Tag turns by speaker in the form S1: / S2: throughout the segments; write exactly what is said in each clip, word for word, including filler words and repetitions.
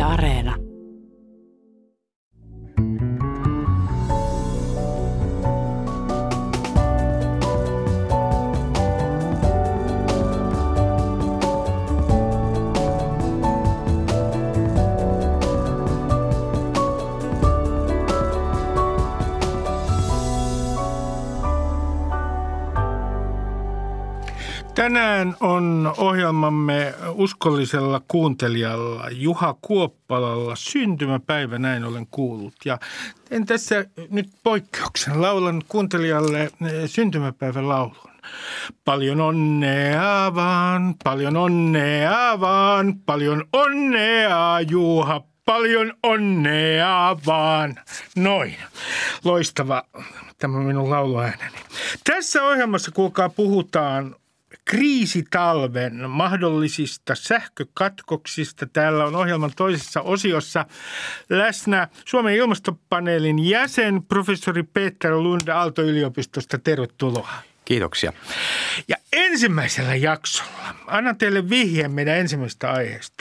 S1: Areena.
S2: Tänään on ohjelmamme uskollisella kuuntelijalla Juha Kuoppalalla syntymäpäivä, näin olen kuullut. Ja en tässä nyt poikkeuksen laulan kuuntelijalle syntymäpäivän laulun. Paljon onnea vaan, paljon onnea vaan, paljon onnea Juha, paljon onnea vaan. Noin, loistava tämä minun lauluääneni. Tässä ohjelmassa kuulkaa puhutaan kriisitalven mahdollisista sähkökatkoksista. Täällä on ohjelman toisessa osiossa läsnä Suomen ilmastopaneelin jäsen, professori Peter Lund Aalto-yliopistosta. Tervetuloa.
S3: Kiitoksia.
S2: Ja ensimmäisellä jaksolla annan teille vihjeen meidän ensimmäisestä aiheesta.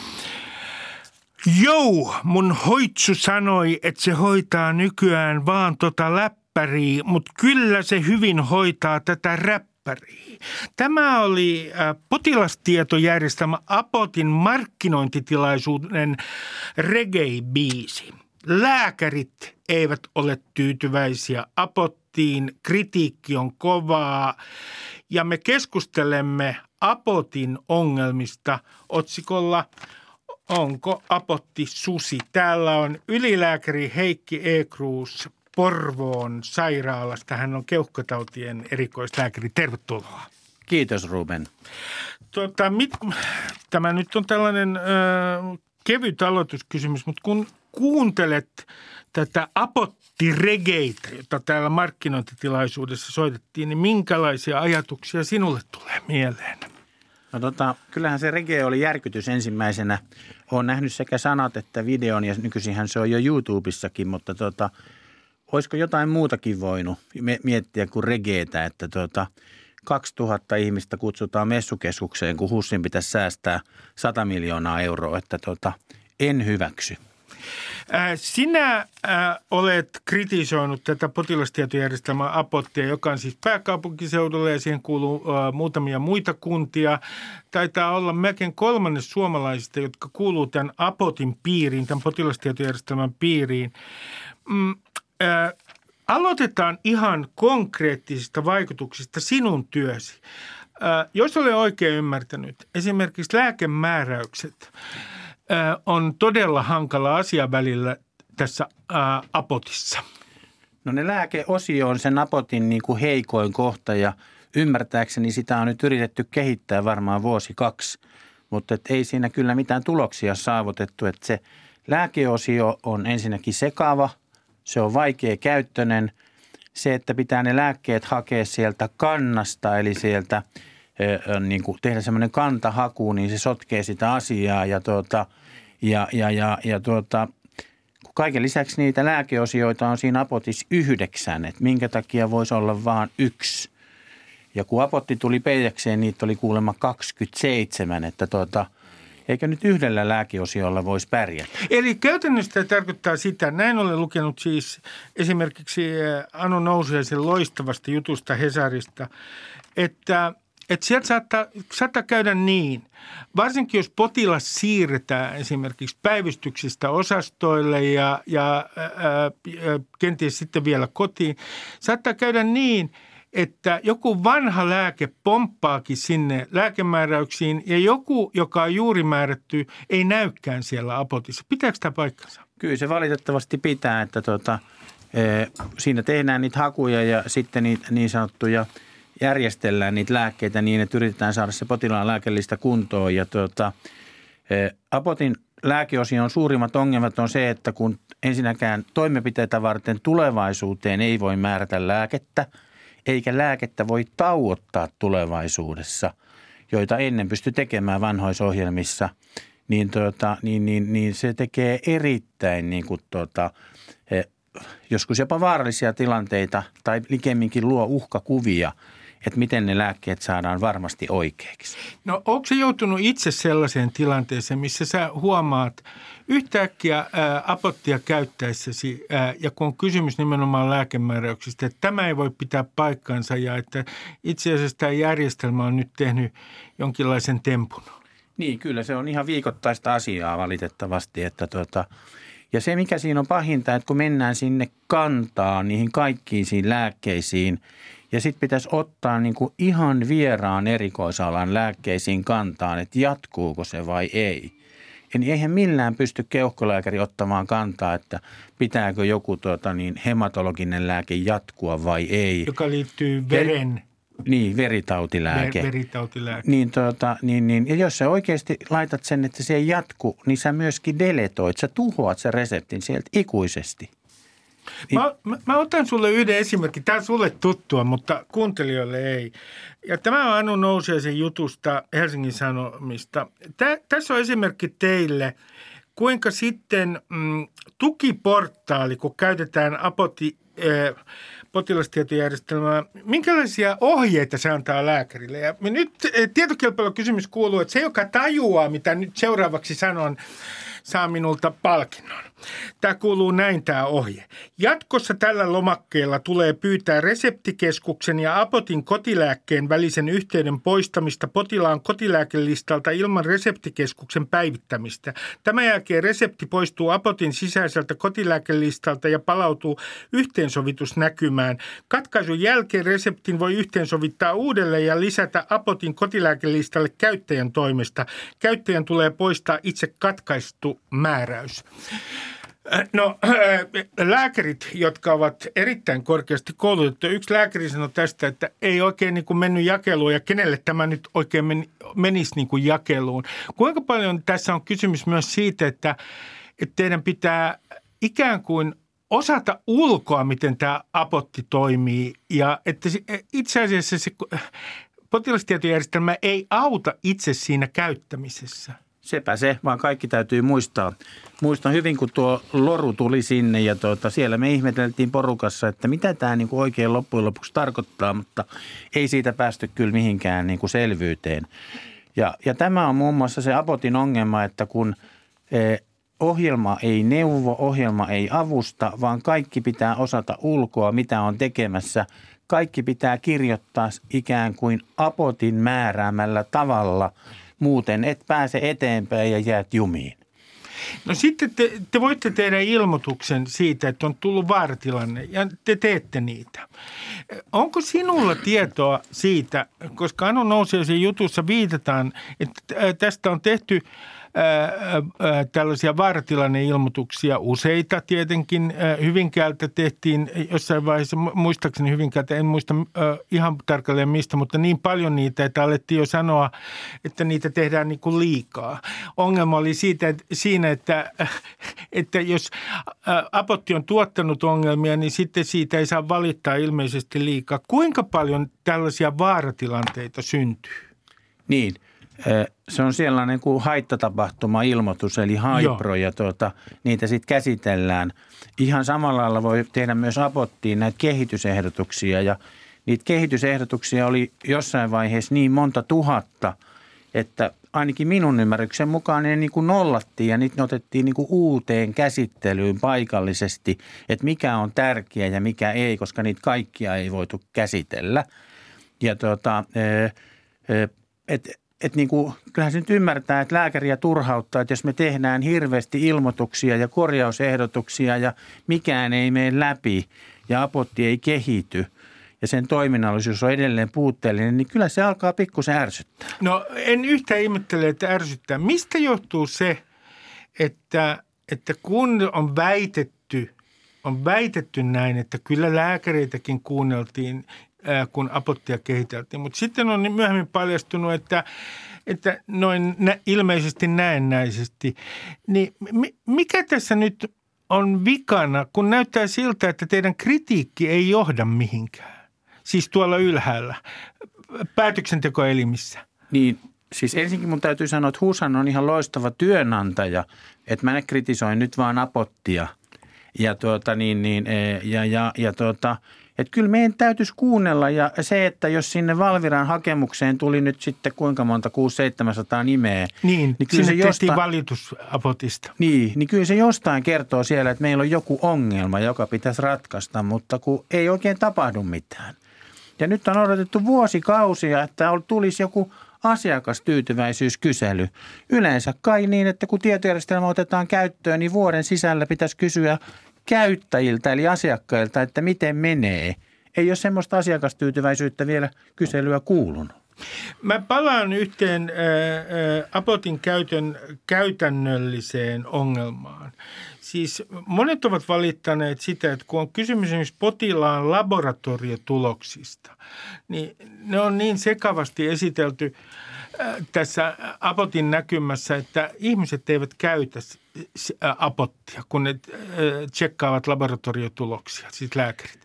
S2: Jou, mun hoitsu sanoi, että se hoitaa nykyään vaan tota läppäriä, mutta kyllä se hyvin hoitaa tätä räppäriä. Tämä oli potilastietojärjestelmä Apotin markkinointitilaisuuden reggae-biisi. Lääkärit eivät ole tyytyväisiä Apottiin, kritiikki on kovaa ja me keskustelemme Apotin ongelmista otsikolla Onko Apotti susi? Täällä on ylilääkäri Heikki Ekroos Porvoon sairaalasta. Hän on keuhkotautien erikoislääkäri. Tervetuloa.
S3: Kiitos, Ruben.
S2: Tota, mit, tämä nyt on tällainen ö, kevyt aloituskysymys, mutta kun kuuntelet tätä Apotti-regeitä, jota täällä markkinointitilaisuudessa soitettiin, niin minkälaisia ajatuksia sinulle tulee mieleen?
S3: No tota, kyllähän se reggae oli järkytys ensimmäisenä. Olen nähnyt sekä sanat että videon ja nykyisinhän se on jo YouTubessakin, mutta tota, olisiko jotain muutakin voinut miettiä kuin reggaetä, että tota, kaksituhatta ihmistä kutsutaan messukeskukseen, kun HUSin pitäisi säästää sata miljoonaa euroa, että tota, en hyväksy.
S2: Sinä äh, olet kritisoinut tätä potilastietojärjestelmää Apottia, joka on siis pääkaupunkiseudulla ja siihen kuuluu äh, muutamia muita kuntia. Taitaa olla melkein kolmannes suomalaisista, jotka kuuluu tämän Apotin piiriin, tämän potilastietojärjestelmän piiriin. Mm, äh, aloitetaan ihan konkreettisista vaikutuksista sinun työsi. Äh, jos olen oikein ymmärtänyt, esimerkiksi lääkemääräykset on todella hankala asia välillä tässä ää, Apotissa.
S3: No ne lääkeosio on sen Apotin niin kuin heikoin kohta ja ymmärtääkseni sitä on nyt yritetty kehittää varmaan vuosi kaksi, mutta et ei siinä kyllä mitään tuloksia saavutettu. Että se lääkeosio on ensinnäkin sekava, se on vaikea käyttöinen. Se, että pitää ne lääkkeet hakea sieltä kannasta eli sieltä niin kuin tehdä semmoinen kantahaku, niin se sotkee sitä asiaa ja, tuota, ja, ja, ja, ja tuota, kaiken lisäksi niitä lääkeosioita on siinä Apotissa yhdeksän, että minkä takia voisi olla vaan yksi. Ja kun Apotti tuli peijakseen, niitä oli kuulemma kaksikymmentäseitsemän, että tuota, eikä nyt yhdellä lääkeosiolla voisi pärjätä.
S2: Eli käytännössä tämä tarkoittaa sitä, näin olen lukenut siis esimerkiksi Anu Nousiaisen loistavasta jutusta Hesarista, että Että sieltä saattaa, saattaa käydä niin, varsinkin jos potilas siirretään esimerkiksi päivystyksistä osastoille ja, ja ää, kenties sitten vielä kotiin, saattaa käydä niin, että joku vanha lääke pomppaakin sinne lääkemääräyksiin ja joku, joka on juuri määrätty, ei näykään siellä Apotissa. Pitääkö tämä paikkansa?
S3: Kyllä se valitettavasti pitää, että tuota, e, siinä tehdään niitä hakuja ja sitten niitä niin sanottuja järjestellään niitä lääkkeitä niin, että yritetään saada se potilaan lääkellistä kuntoon. Ja tuota, Apotin lääkeosion suurimmat ongelmat on se, että kun ensinnäkään toimenpiteitä varten tulevaisuuteen ei voi määrätä lääkettä, eikä lääkettä voi tauottaa tulevaisuudessa, joita ennen pystyi tekemään vanhoissa ohjelmissa, niin, tuota, niin, niin, niin se tekee erittäin niin kuin tuota, joskus jopa vaarallisia tilanteita tai likemminkin luo uhkakuvia. että miten ne lääkkeet saadaan varmasti oikeiksi.
S2: No onko se joutunut itse sellaiseen tilanteeseen, missä sä huomaat yhtäkkiä ää, apottia käyttäessäsi ää, ja kun on kysymys nimenomaan lääkemääräyksistä, että tämä ei voi pitää paikkansa ja että itse asiassa tämä järjestelmä on nyt tehnyt jonkinlaisen tempun?
S3: Niin, kyllä se on ihan viikoittaista asiaa valitettavasti, että tuota, ja se mikä siinä on pahinta, että kun mennään sinne kantaan niihin kaikkiin lääkkeisiin ja sitten pitäisi ottaa niin kuin ihan vieraan erikoisalan lääkkeisiin kantaan, että jatkuuko se vai ei. Niin eihän millään pysty keuhkolääkäri ottamaan kantaa, että pitääkö joku tuota, niin hematologinen lääke jatkua vai ei.
S2: Joka liittyy veren.
S3: Niin, veritautilääke.
S2: Ver, veritautilääke.
S3: Niin, tuota, niin, niin, ja jos sä oikeasti laitat sen, että se ei jatku, niin sä myöskin deletoit, sä tuhoat sen reseptin sieltä ikuisesti.
S2: Niin. Mä, mä, mä otan sulle yhden esimerkin. Tämä on sulle tuttua, mutta kuuntelijoille ei. Ja tämä on Anu Nousiaisen jutusta Helsingin Sanomista. Tä, tässä on esimerkki teille, kuinka sitten mm, tukiportaali, kun käytetään apoti, äh, potilastietojärjestelmää, minkälaisia ohjeita se antaa lääkärille? Ja nyt tietokilpailukysymys kuuluu, että se, joka tajuaa, mitä nyt seuraavaksi sanon, saa minulta palkinnon. Tämä kuuluu näin tämä ohje. Jatkossa tällä lomakkeella tulee pyytää reseptikeskuksen ja Apotin kotilääkkeen välisen yhteyden poistamista potilaan kotilääkelistalta ilman reseptikeskuksen päivittämistä. Tämän jälkeen resepti poistuu Apotin sisäiseltä kotilääkelistalta ja palautuu yhteensovitusnäkymään. Katkaisun jälkeen reseptin voi yhteensovittaa uudelleen ja lisätä Apotin kotilääkelistalle käyttäjän toimesta. Käyttäjän tulee poistaa itse katkaistu määräys. No lääkärit, jotka ovat erittäin korkeasti koulutettuja. Yksi lääkäri sanoi tästä, että ei oikein niin kuin mennyt jakeluun ja kenelle tämä nyt oikein menisi niin kuin jakeluun. Kuinka paljon tässä on kysymys myös siitä, että, että teidän pitää ikään kuin osata ulkoa, miten tämä apotti toimii ja että itse asiassa se potilastietojärjestelmä ei auta itse siinä käyttämisessä.
S3: Sepä se, vaan kaikki täytyy muistaa. Muistan hyvin, kun tuo loru tuli sinne ja tuota, siellä me ihmeteltiin porukassa, että mitä tämä niin kuin oikein loppujen lopuksi tarkoittaa, mutta ei siitä päästy kyllä mihinkään niin kuin selvyyteen. Ja, ja tämä on muun muassa se Apotin ongelma, että kun eh, ohjelma ei neuvo, ohjelma ei avusta, vaan kaikki pitää osata ulkoa, mitä on tekemässä. Kaikki pitää kirjoittaa ikään kuin Apotin määräämällä tavalla. Muuten et pääse eteenpäin ja jäät jumiin.
S2: No sitten te, te voitte tehdä ilmoituksen siitä, että on tullut vaaratilanne ja te teette niitä. Onko sinulla tietoa siitä, koska Anu Nousiaisen jutussa viitataan, että tästä on tehty Ää, ää, tällaisia vaaratilanneilmoituksia useita tietenkin. Ää, Hyvinkäältä tehtiin jossain vaiheessa, muistaakseni Hyvinkäältä, en muista ää, ihan tarkalleen mistä, mutta niin paljon niitä, että alettiin jo sanoa, että niitä tehdään niin kuin liikaa. Ongelma oli siitä, että, siinä, että, että jos ää, Apotti on tuottanut ongelmia, niin sitten siitä ei saa valittaa ilmeisesti liikaa. Kuinka paljon tällaisia vaaratilanteita syntyy?
S3: Niin. Se on sellainen kuin haittatapahtuma-ilmoitus, eli haipro, ja tuota, niitä sitten käsitellään. Ihan samalla lailla voi tehdä myös Apottiin näitä kehitysehdotuksia, ja niitä kehitysehdotuksia oli jossain vaiheessa niin monta tuhatta, että ainakin minun ymmärryksen mukaan ne niin kuin nollattiin, ja niitä otettiin niin kuin uuteen käsittelyyn paikallisesti, että mikä on tärkeä ja mikä ei, koska niitä kaikkia ei voitu käsitellä. Ja tuota, että Että niin kuin, kyllähän se nyt ymmärtää, että lääkäriä turhauttaa, että jos me tehdään hirveästi ilmoituksia ja korjausehdotuksia ja mikään ei mene läpi ja Apotti ei kehity ja sen toiminnallisuus on edelleen puutteellinen, niin kyllä se alkaa pikkusen ärsyttää.
S2: No en yhtään ihmettele, että ärsyttää. Mistä johtuu se, että, että kun on väitetty, on väitetty näin, että kyllä lääkäreitäkin kuunneltiin, kun Apottia kehiteltiin. Mutta sitten on myöhemmin paljastunut, että, että noin nä, ilmeisesti näennäisesti. Niin mikä tässä nyt on vikana, kun näyttää siltä, että teidän kritiikki ei johda mihinkään? Siis tuolla ylhäällä, päätöksentekoelimissä.
S3: Niin, siis ensinnäkin mun täytyy sanoa, että HUShan on ihan loistava työnantaja, että mä kritisoin nyt vaan Apottia. Ja tuota niin, niin, ja, ja, ja tuota... Että kyllä meidän täytyisi kuunnella ja se, että jos sinne Valviran hakemukseen tuli nyt sitten kuinka monta, kuusi seitsemänsataa nimeä.
S2: Niin, niin kyllä
S3: sinne
S2: se jostain valitus apotista.
S3: Niin, niin kyllä se jostain kertoo siellä, että meillä on joku ongelma, joka pitäisi ratkaista, mutta kun ei oikein tapahdu mitään. Ja nyt on odotettu vuosikausia, että tulisi joku asiakastyytyväisyyskysely. Yleensä kai niin, että kun tietojärjestelmä otetaan käyttöön, niin vuoden sisällä pitäisi kysyä käyttäjiltä eli asiakkailta, että miten menee. Ei ole semmoista asiakastyytyväisyyttä vielä kyselyä kuulunut.
S2: Mä palaan yhteen ä, ä, apotin käytön käytännölliseen ongelmaan. Siis monet ovat valittaneet sitä, että kun on kysymys esimerkiksi potilaan laboratoriotuloksista, niin ne on niin sekavasti esitelty tässä apotin näkymässä, että ihmiset eivät käytä apottia, kun ne tsekkaavat laboratoriotuloksia, siis lääkärit.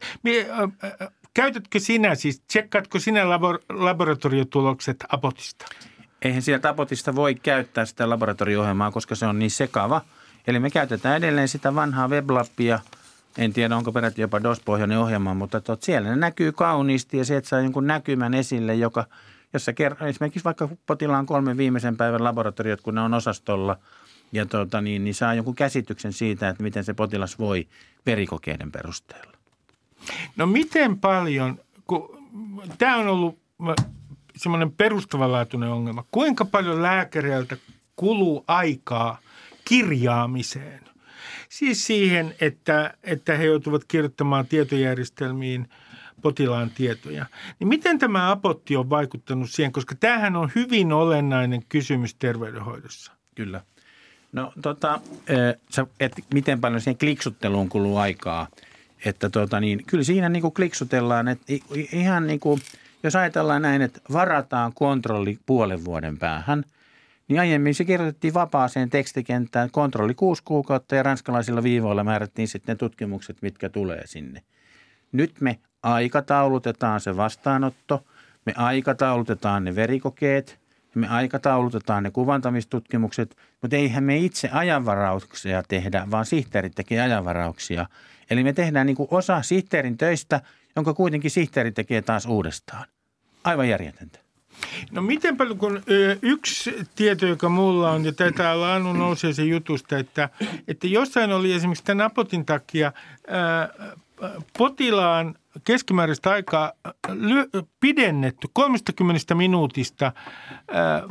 S2: Käytätkö sinä siis, tsekkaatko sinä labor- laboratoriotulokset apotista?
S3: Eihän sieltä apotista voi käyttää sitä laboratorio-ohjelmaa, koska se on niin sekava. Eli me käytetään edelleen sitä vanhaa weblappia. En tiedä, onko peräti jopa DOS-pohjainen ohjelma, mutta tot, siellä ne näkyy kauniisti ja sieltä saa jonkun näkymän esille, joka, jossa ker- esimerkiksi vaikka potilaan kolmen viimeisen päivän laboratoriot, kun ne on osastolla, ja tota, niin, niin saa jonkun käsityksen siitä, että miten se potilas voi verikokeiden perusteella.
S2: No miten paljon, kun tämä on ollut semmoinen perustavanlaatuinen ongelma, kuinka paljon lääkäreiltä kuluu aikaa kirjaamiseen? Siis siihen, että, että he joutuvat kirjoittamaan tietojärjestelmiin potilaan tietoja. Niin miten tämä apotti on vaikuttanut siihen, koska tämähän on hyvin olennainen kysymys terveydenhoidossa.
S3: Kyllä. No tota, että miten paljon siihen kliksutteluun kuluu aikaa. Että tota niin, kyllä siinä niin kuin kliksutellaan, että ihan niin kuin, jos ajatellaan näin, että varataan kontrolli puolen vuoden päähän, niin aiemmin se kirjoitettiin vapaaseen tekstikenttään kontrolli kuusi kuukautta ja ranskalaisilla viivoilla määrättiin sitten tutkimukset, mitkä tulee sinne. Nyt me aikataulutetaan se vastaanotto, me aikataulutetaan ne verikokeet, me aikataulutetaan ne kuvantamistutkimukset, mutta eihän me itse ajanvarauksia tehdä, vaan sihteerit tekee ajanvarauksia. Eli me tehdään niin kuin osa sihteerin töistä, jonka kuitenkin sihteeri tekee taas uudestaan. Aivan järjetöntä.
S2: No miten paljon, kun yksi tieto, joka mulla on, ja taitaa olla Anu Nousiaisen jutusta, että, että jossain oli esimerkiksi tämän apotin takia ää, potilaan keskimääräistä aikaa ly- pidennetty kolmekymmentä minuutista ää,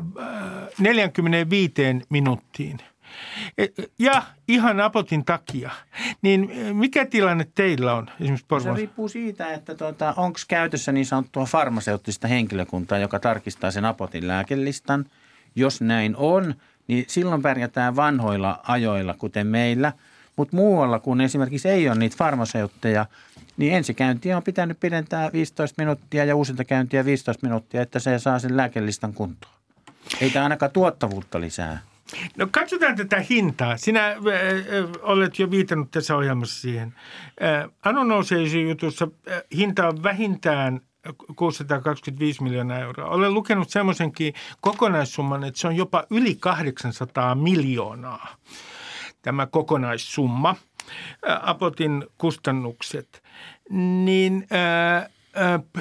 S2: neljäkymmentäviisi minuuttiin. Ja ihan apotin takia. Niin mikä tilanne teillä on esimerkiksi Porvoossa?
S3: Se riippuu siitä, että tuota, onko käytössä niin sanottua farmaseuttista henkilökuntaa, joka tarkistaa sen apotin lääkelistan. Jos näin on, niin silloin pärjätään vanhoilla ajoilla, kuten meillä. Mutta muualla, kun esimerkiksi ei ole niitä farmaseutteja, niin ensikäyntiä on pitänyt pidentää viisitoista minuuttia ja uusinta käyntiä viisitoista minuuttia, että se saa sen lääkelistan kuntoon. Ei tämä ainakaan tuottavuutta lisää.
S2: No katsotaan tätä hintaa. Sinä äh, olet jo viitannut tässä ohjelmassa siihen. Äh, Anu Nousiaisen jutussa äh, hinta on vähintään kuusisataakaksikymmentäviisi miljoonaa euroa. Olen lukenut semmoisenkin kokonaissumman, että se on jopa yli kahdeksansataa miljoonaa tämä kokonaissumma, äh, apotin kustannukset. Niin äh, äh,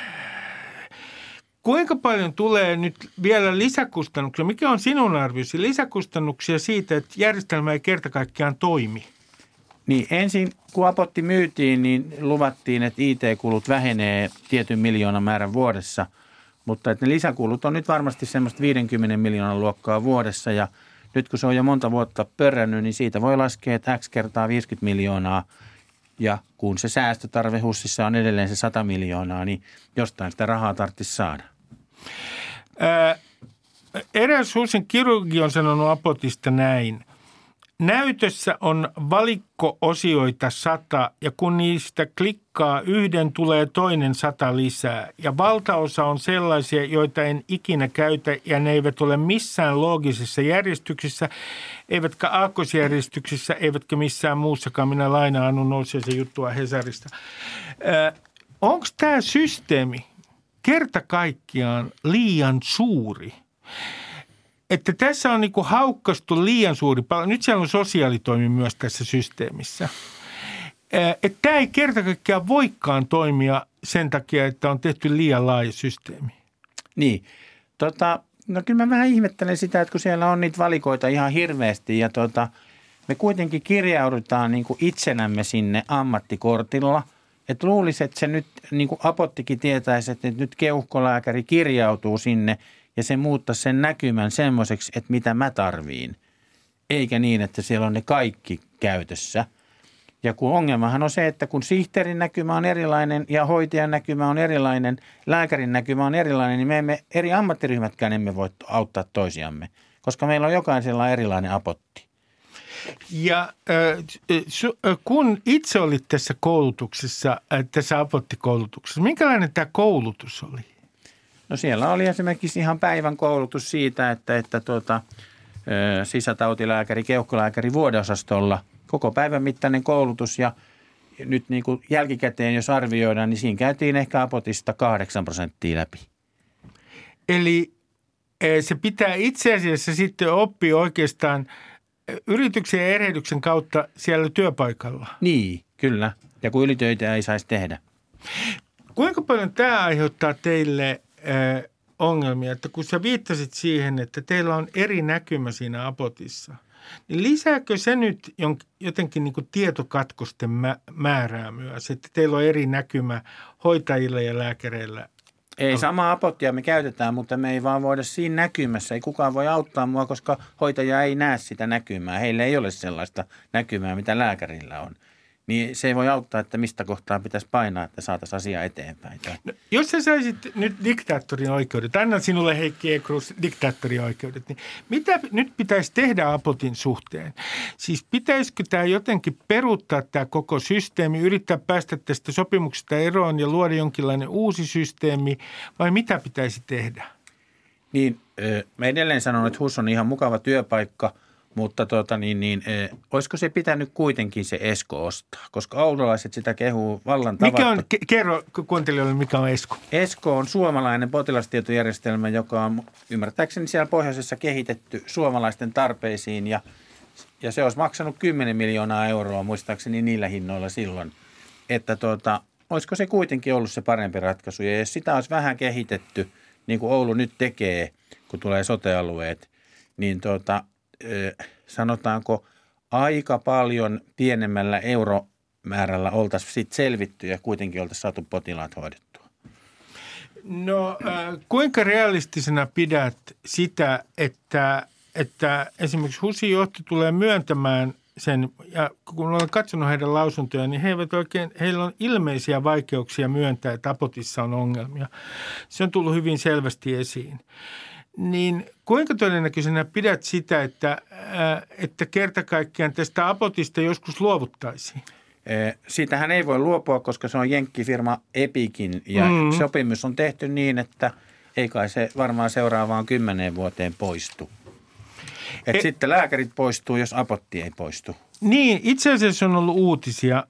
S2: kuinka paljon tulee nyt vielä lisäkustannuksia? Mikä on sinun arviosi lisäkustannuksia siitä, että järjestelmä ei kerta kaikkiaan toimi?
S3: Niin ensin kun apotti myytiin, niin luvattiin, että I T-kulut vähenee tietyn miljoonan määrän vuodessa. Mutta että ne lisäkulut on nyt varmasti semmoista viidenkymmenen miljoonan luokkaa vuodessa. Ja nyt kun se on jo monta vuotta pörrännyt, niin siitä voi laskea, että X kertaa viisikymmentä miljoonaa. Ja kun se säästötarve HUSissa on edelleen se sata miljoonaa, niin jostain sitä rahaa tarvitsisi saada.
S2: Ää, eräs HUSin kirurgi on sanonut apotista näin. Näytössä on valikko-osioita sata ja kun niistä klikkaa yhden, tulee toinen sata lisää. Ja valtaosa on sellaisia, joita en ikinä käytä ja ne eivät ole missään loogisessa järjestyksessä, eivätkä aakkosjärjestyksessä, eivätkä missään muussakaan. Minä lainaan Anu Nousiaisen juttua Hesarista. Onko tämä systeemi kerta kaikkiaan liian suuri? Että tässä on niinku haukkastu liian suuri paljon. Nyt siellä on sosiaalitoimi myös tässä systeemissä. että tämä ei kerta kaikkiaan voikaan toimia sen takia, että on tehty liian laaja systeemi.
S3: Niin, tota, no kyllä mä vähän ihmettelen sitä, että kun siellä on niitä valikoita ihan hirveästi ja tota, me kuitenkin kirjaudutaan niin kuin itsenämme sinne ammattikortilla. Että luulisi, että se nyt niin kuin apottikin tietäisi, että nyt keuhkolääkäri kirjautuu sinne ja se muuttaisi sen näkymän semmoiseksi, että mitä mä tarviin. Eikä niin, että siellä on ne kaikki käytössä. Ja kun ongelmahan on se, että kun sihteerin näkymä on erilainen ja hoitajan näkymä on erilainen, lääkärin näkymä on erilainen, niin me emme eri ammattiryhmätkään emme voi auttaa toisiamme, koska meillä on jokaisella erilainen apotti.
S2: Ja äh, kun itse olit tässä koulutuksessa, äh, tässä apottikoulutuksessa, minkälainen tämä koulutus oli?
S3: No siellä oli esimerkiksi ihan päivän koulutus siitä, että, että tuota, sisätautilääkäri, keuhkolääkäri vuodeosastolla koko päivän mittainen koulutus ja nyt niin kuin jälkikäteen, jos arvioidaan, niin siinä käytiin ehkä apotista kahdeksan prosenttia läpi.
S2: Eli se pitää itse asiassa sitten oppia oikeastaan yrityksen ja erehdyksen kautta siellä työpaikalla.
S3: Niin, kyllä. Ja kun ylitöitä ei saisi tehdä.
S2: Kuinka paljon tämä aiheuttaa teille äh, ongelmia, että kun sä viittasit siihen, että teillä on eri näkymä siinä apotissa, niin lisääkö se nyt jotenkin niin kuin tietokatkosten määrää myös, että teillä on eri näkymä hoitajilla ja lääkäreillä?
S3: Ei, sama apottia me käytetään, mutta me ei vaan voida siinä näkymässä. Ei kukaan voi auttaa mua, koska hoitaja ei näe sitä näkymää. Heillä ei ole sellaista näkymää, mitä lääkärillä on. Niin se ei voi auttaa, että mistä kohtaa pitäisi painaa, että saataisiin asia eteenpäin.
S2: No, jos sä saisit nyt diktaattorin oikeudet, annan sinulle Heikki Ekrus diktaattorin oikeudet, niin mitä nyt pitäisi tehdä apotin suhteen? Siis pitäisikö tämä jotenkin peruuttaa tämä koko systeemi, yrittää päästä tästä sopimuksesta eroon ja luoda jonkinlainen uusi systeemi vai mitä pitäisi tehdä?
S3: Niin, mä edelleen sanon, että H U S on ihan mukava työpaikka. Mutta tota, niin, niin, eh, olisiko se pitänyt kuitenkin se Esko ostaa? Koska oululaiset sitä kehuu vallan tavatta.
S2: Mikä on, kerro kuuntelijoille, mikä on Esko?
S3: Esko on suomalainen potilastietojärjestelmä, joka on ymmärtääkseni siellä pohjoisessa kehitetty suomalaisten tarpeisiin. Ja, ja se olisi maksanut kymmenen miljoonaa euroa muistaakseni niillä hinnoilla silloin. Että tota, olisiko se kuitenkin ollut se parempi ratkaisu? Ja jos sitä olisi vähän kehitetty, niin kuin Oulu nyt tekee, kun tulee sote-alueet, niin tota... sanotaanko aika paljon pienemmällä euromäärällä oltaisiin sitten selvitty ja kuitenkin oltaisiin saatu potilaat hoidettua?
S2: No äh, kuinka realistisena pidät sitä, että, että esimerkiksi H U Sin johto tulee myöntämään sen, ja kun olen katsonut heidän lausuntojaan, niin he eivät oikein, heillä on ilmeisiä vaikeuksia myöntää, että apotissa on ongelmia. Se on tullut hyvin selvästi esiin. Niin kuinka todennäköisenä pidät sitä, että, että kerta kaikkiaan tästä apotista joskus luovuttaisiin?
S3: Siitähän ei voi luopua, koska se on jenkkifirma Epicin ja mm. sopimus on tehty niin, että ei kai se varmaan seuraavaan kymmeneen vuoteen poistu. Et e- sitten lääkärit poistuu, jos apotti ei poistu.
S2: Niin, itse asiassa on ollut uutisia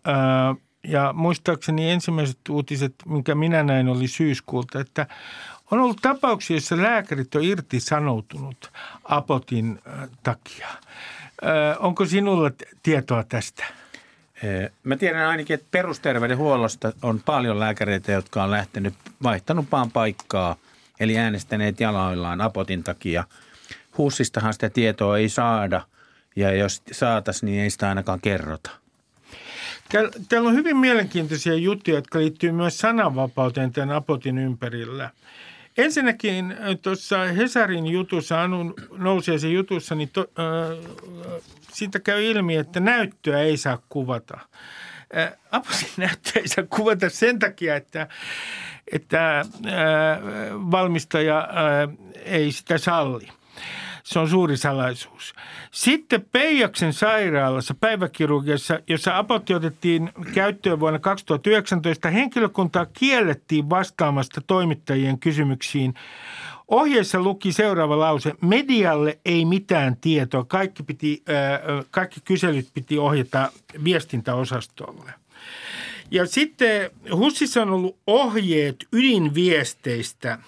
S2: ja muistaakseni ensimmäiset uutiset, minkä minä näin, oli syyskuulta, että on ollut tapauksia, joissa lääkärit on irtisanoutunut apotin takia. Ö, onko sinulla tietoa tästä?
S3: Mä tiedän ainakin, että perusterveydenhuollosta on paljon lääkäreitä, jotka on lähtenyt vaihtanut vaan paikkaa, eli äänestäneet jaloillaan apotin takia. H U Sistahan sitä tietoa ei saada, ja jos saataisiin, niin ei sitä ainakaan kerrota.
S2: Täällä, täällä on hyvin mielenkiintoisia juttuja, jotka liittyy myös sananvapauteen tämän apotin ympärillä. Ensinnäkin tuossa Hesarin jutussa, Anu Nousiaisen jutussa, niin to, äh, siitä käy ilmi, että näyttöä ei saa kuvata. Äh, apotin näyttöä ei saa kuvata sen takia, että, että äh, valmistaja äh, ei sitä salli. Se on suuri salaisuus. Sitten Peijaksen sairaalassa päiväkirurgiassa, jossa apotti otettiin käyttöön vuonna kaksituhattayhdeksäntoista, henkilökuntaa kiellettiin vastaamasta toimittajien kysymyksiin. Ohjeessa luki seuraava lause: medialle ei mitään tietoa. Kaikki, piti, äh, kaikki kyselyt piti ohjata viestintäosastolle. Ja sitten H U Sissa on ollut ohjeet ydinviesteistä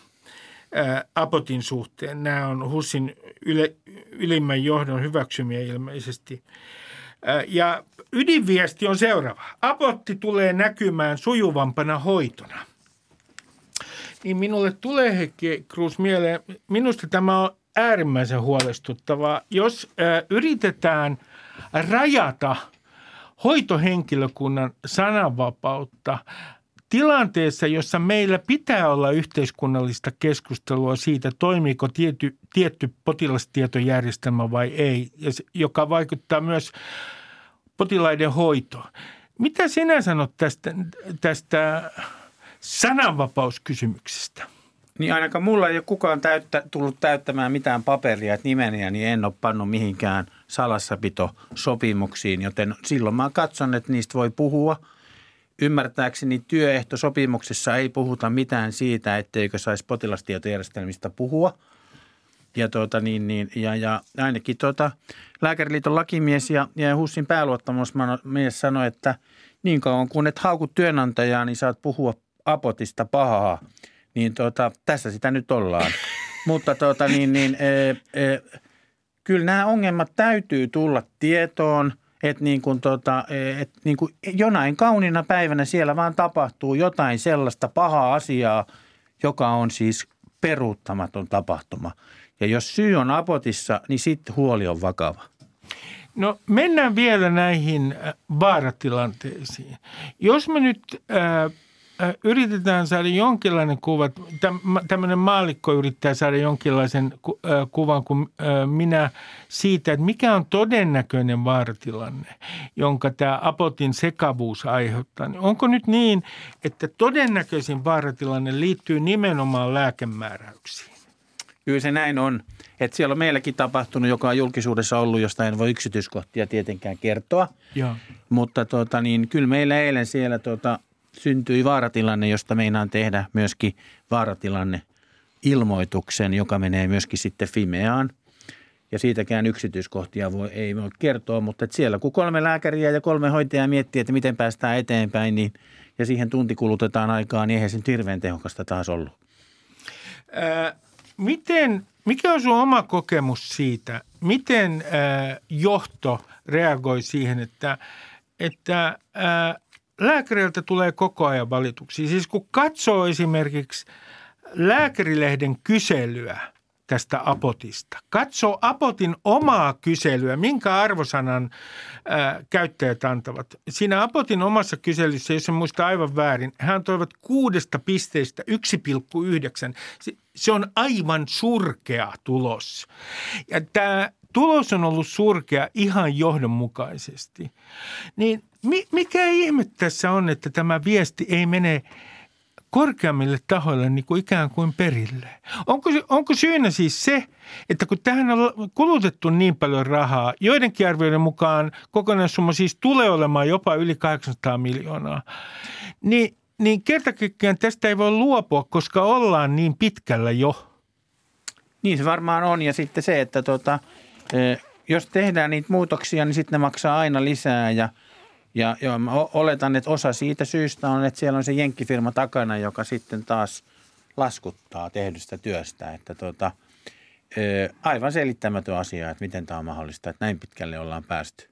S2: apotin suhteen. Nämä on H U Sin yle, ylimmän johdon hyväksymiä ilmeisesti. Ja ydinviesti on seuraava. Abortti tulee näkymään sujuvampana hoitona. Niin minulle tulee Heikki Kruse mieleen, minusta tämä on äärimmäisen huolestuttavaa, jos äh, yritetään rajata hoitohenkilökunnan sananvapautta tilanteessa, jossa meillä pitää olla yhteiskunnallista keskustelua siitä, toimiiko tietty, tietty potilastietojärjestelmä vai ei, joka vaikuttaa myös potilaiden hoitoon. Mitä sinä sanot tästä, tästä sananvapauskysymyksestä?
S3: Niin ainakaan mulla ei ole kukaan täyttä, tullut täyttämään mitään paperia, että nimeniä, niin en ole pannut mihinkään salassapitosopimuksiin, joten silloin mä katson, että niistä voi puhua. Ymmärtääkseni työehtosopimuksessa ei puhuta mitään siitä, etteikö saisi potilastietojärjestelmistä puhua. Ja, tuota, niin, niin, ja, ja ainakin tuota, Lääkäriliiton lakimies ja, ja HUSin pääluottamusmies sanoi, että niin kauan kun et hauku työnantajaa, niin saat puhua apotista pahaa. Niin tuota, tässä sitä nyt ollaan. Mutta tuota, niin, niin, e, e, kyllä nämä ongelmat täytyy tulla tietoon. Että niin kuin tota, et niin kuin jonain kauniina päivänä siellä vaan tapahtuu jotain sellaista pahaa asiaa, joka on siis peruuttamaton tapahtuma. Ja jos syy on apotissa, niin sitten huoli on vakava.
S2: No mennään vielä näihin vaaratilanteisiin. Jos me nyt äh, yritetään saada jonkinlainen kuva, tämmöinen maallikko yrittää saada jonkinlaisen kuvan kuin minä siitä, että mikä on todennäköinen vaaratilanne, jonka tämä apotin sekavuus aiheuttaa. Onko nyt niin, että todennäköisin vaaratilanne liittyy nimenomaan lääkemääräyksiin?
S3: Kyllä se näin on, että siellä on meilläkin tapahtunut, joka on julkisuudessa ollut, josta en voi yksityiskohtia tietenkään kertoa. Joo. Mutta tota, niin, kyllä meillä eilen siellä tota, syntyi vaaratilanne, josta meinaan tehdä myöskin vaaratilanne ilmoituksen, joka menee myöskin sitten Fimeaan. Ja siitäkään yksityiskohtia voi, ei voi kertoa, mutta että siellä kun kolme lääkäriä ja kolme hoitajaa miettii, että miten päästään eteenpäin, niin, ja siihen tunti kulutetaan aikaa, niin eihän se nyt hirveän tehokasta taas ollut.
S2: Ää, miten, mikä on sun oma kokemus siitä, miten ää, johto reagoi siihen, että, että ää, lääkäriltä tulee koko ajan valituksia? Siis kun katsoo esimerkiksi Lääkärilehden kyselyä tästä apotista, katsoo apotin omaa kyselyä, minkä arvosanan ää, käyttäjät antavat. Siinä apotin omassa kyselyssä, jos en muista aivan väärin, hän toivat kuudesta pisteestä yksi pilkku yhdeksän. Se, se on aivan surkea tulos. Ja tämä tulos on ollut surkea ihan johdonmukaisesti. Niin mikä ihme tässä on, että tämä viesti ei mene korkeammille tahoille niin kuin ikään kuin perille? Onko, onko syynä siis se, että kun tähän on kulutettu niin paljon rahaa, joidenkin arvioiden mukaan kokonaissumma siis tulee olemaan jopa yli kahdeksansataa miljoonaa, niin, niin kertakaikkään tästä ei voi luopua, koska ollaan niin pitkällä jo.
S3: Niin se varmaan on, ja sitten se, että tota, jos tehdään niitä muutoksia, niin sitten ne maksaa aina lisää ja Ja joo, mä oletan, että osa siitä syystä on, että siellä on se jenkkifirma takana, joka sitten taas laskuttaa tehdystä työstä. Että tota, aivan selittämätön asia, että miten tämä on mahdollista, että näin pitkälle ollaan päästy.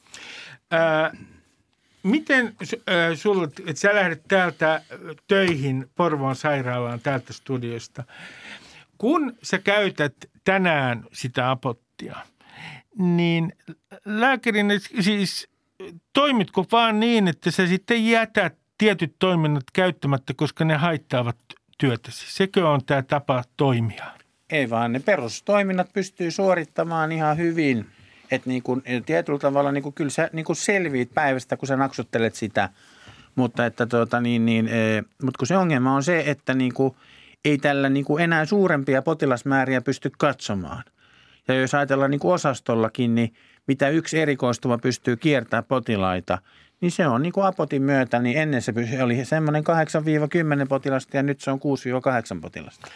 S2: Ää, miten äh, sulla, että sä lähdet täältä töihin Porvoon sairaalaan täältä studiosta, kun sä käytät tänään sitä apottia, niin lääkärin siis toimitko vaan niin, että sä sitten jätät tietyt toiminnat käyttämättä, koska ne haittaavat työtäsi? Sekö on tämä tapa toimia?
S3: Ei vaan, ne perustoiminnat pystyy suorittamaan ihan hyvin. Että niin kuin, tietyllä tavalla niin kuin, kyllä sä niin kuin selviit päivästä, kun sä naksuttelet sitä. Mutta, että, tuota, niin, niin, e, mutta kun se ongelma on se, että niin kuin, ei tällä niin kuin enää suurempia potilasmääriä pysty katsomaan. Ja jos ajatellaan niin kuin osastollakin, niin mitä yksi erikoistuma pystyy kiertämään potilaita, niin se on niin kuin apotin myötä, niin ennen se oli semmoinen kahdeksan kymmenen potilasta ja nyt se on kuusi kahdeksan potilasta.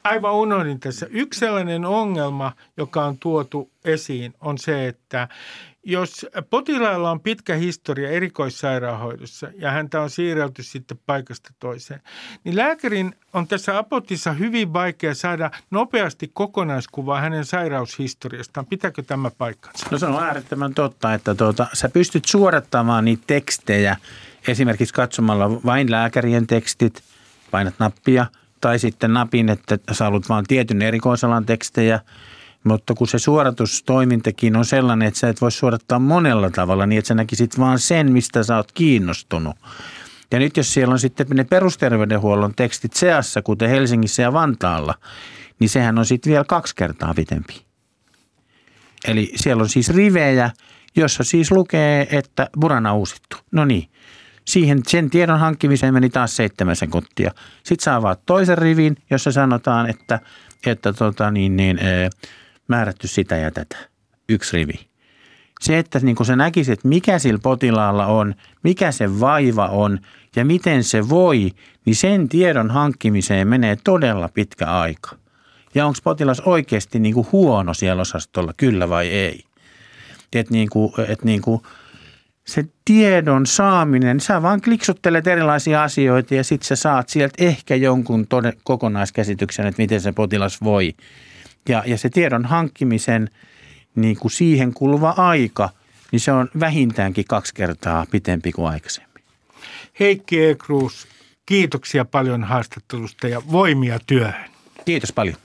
S2: aivan unohdin tässä. Yksi sellainen ongelma, joka on tuotu esiin, on se, että jos potilaalla on pitkä historia erikoissairaanhoidossa ja häntä on siirrelty sitten paikasta toiseen, niin lääkärin on tässä apotissa hyvin vaikea saada nopeasti kokonaiskuvaa hänen sairaushistoriastaan. Pitääkö tämä paikkansa?
S3: No se on äärettömän totta, että tuota, sä pystyt suorattamaan niitä tekstejä esimerkiksi katsomalla vain lääkärien tekstit, painat nappia tai sitten napin, että sä haluat vain tietyn erikoisalan tekstejä. Mutta kun se suoratustoimintakin on sellainen, että sä et voi suorattaa monella tavalla niin, että sä näkisit vaan sen, mistä sä oot kiinnostunut. Ja nyt jos siellä on sitten ne perusterveydenhuollon tekstit seassa, kuten Helsingissä ja Vantaalla, niin sehän on sitten vielä kaksi kertaa pitempi. Eli siellä on siis rivejä, jossa siis lukee, että Burana uusittu. No niin, siihen sen tiedon hankkimiseen meni taas seitsemän sekuntia. Sitten saa vaan toisen rivin, jossa sanotaan, että, että tota niin, niin, määrätty sitä ja tätä. Yksi rivi. Se, että niin kun sä näkisit, mikä sillä potilaalla on, mikä se vaiva on ja miten se voi, niin sen tiedon hankkimiseen menee todella pitkä aika. Ja onko potilas oikeasti niin kuin huono siellä osastolla, kyllä vai ei? Että niin kuin, et niin kuin se tiedon saaminen, sä vaan kliksuttelet erilaisia asioita ja sitten sä saat sieltä ehkä jonkun tode, kokonaiskäsityksen, että miten se potilas voi. Ja, ja se tiedon hankkimisen niin kuin siihen kuluva aika, niin se on vähintäänkin kaksi kertaa pitempi kuin aikaisemmin.
S2: Heikki Ekrus, kiitoksia paljon haastattelusta ja voimia työhön.
S3: Kiitos paljon.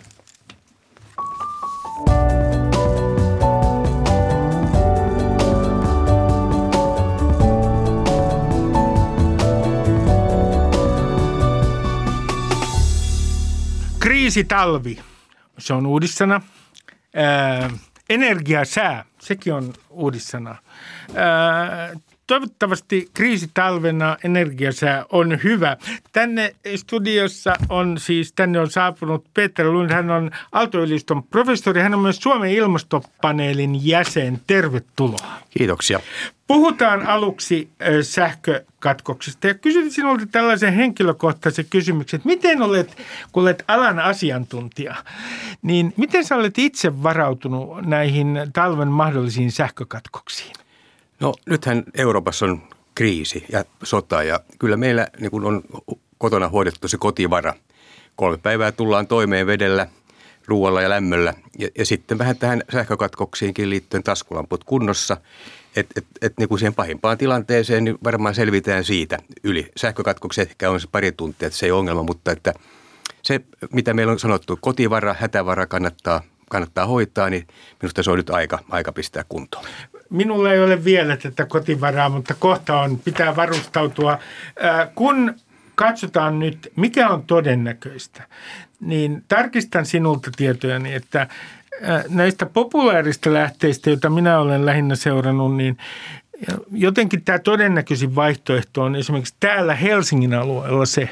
S2: Kriisitalvi, se on uudissana. Ää, energiasää, sekin on uudissana. Ää, toivottavasti kriisitalvena energiasää on hyvä. Tänne studiossa on siis, tänne on saapunut Peter Lund, hän on Aalto-yliopiston professori, hän on myös Suomen ilmastopaneelin jäsen. Tervetuloa.
S1: Kiitoksia.
S2: Puhutaan aluksi sähkökatkoksesta ja kysyn sinulta tällaisen henkilökohtaisen kysymyksen, että miten olet, kun olet alan asiantuntija, niin miten sä olet itse varautunut näihin talven mahdollisiin sähkökatkoksiin?
S1: No nythän Euroopassa on kriisi ja sota ja kyllä meillä niin kun on kotona hoidettu se kotivara. Kolme päivää tullaan toimeen vedellä, ruoalla ja lämmöllä ja, ja sitten vähän tähän sähkökatkoksiinkin liittyen taskulamput kunnossa. Että et, et, niin kuin siihen pahimpaan tilanteeseen niin varmaan selvitään siitä yli. Sähkökatkokset ehkä on se pari tuntia, että se ei ole ongelma, mutta että se, mitä meillä on sanottu, kotivara, hätävara kannattaa, kannattaa hoitaa, niin minusta se on nyt aika, aika pistää kuntoon.
S2: Minulla ei ole vielä tätä kotivaraa, mutta kohta on, pitää varustautua. Äh, kun katsotaan nyt, mikä on todennäköistä, niin tarkistan sinulta tietojani, että näistä populaarista lähteistä, joita minä olen lähinnä seurannut, niin jotenkin tämä todennäköisin vaihtoehto on esimerkiksi täällä Helsingin alueella se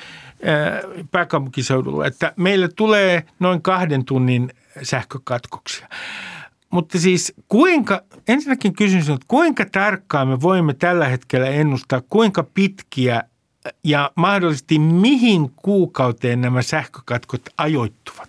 S2: pääkaupunkiseudulla, että meille tulee noin kahden tunnin sähkökatkoksia. Mutta siis kuinka, ensinnäkin kysyn sinulta, että kuinka tarkkaan me voimme tällä hetkellä ennustaa, kuinka pitkiä ja mahdollisesti mihin kuukauteen nämä sähkökatkot ajoittuvat?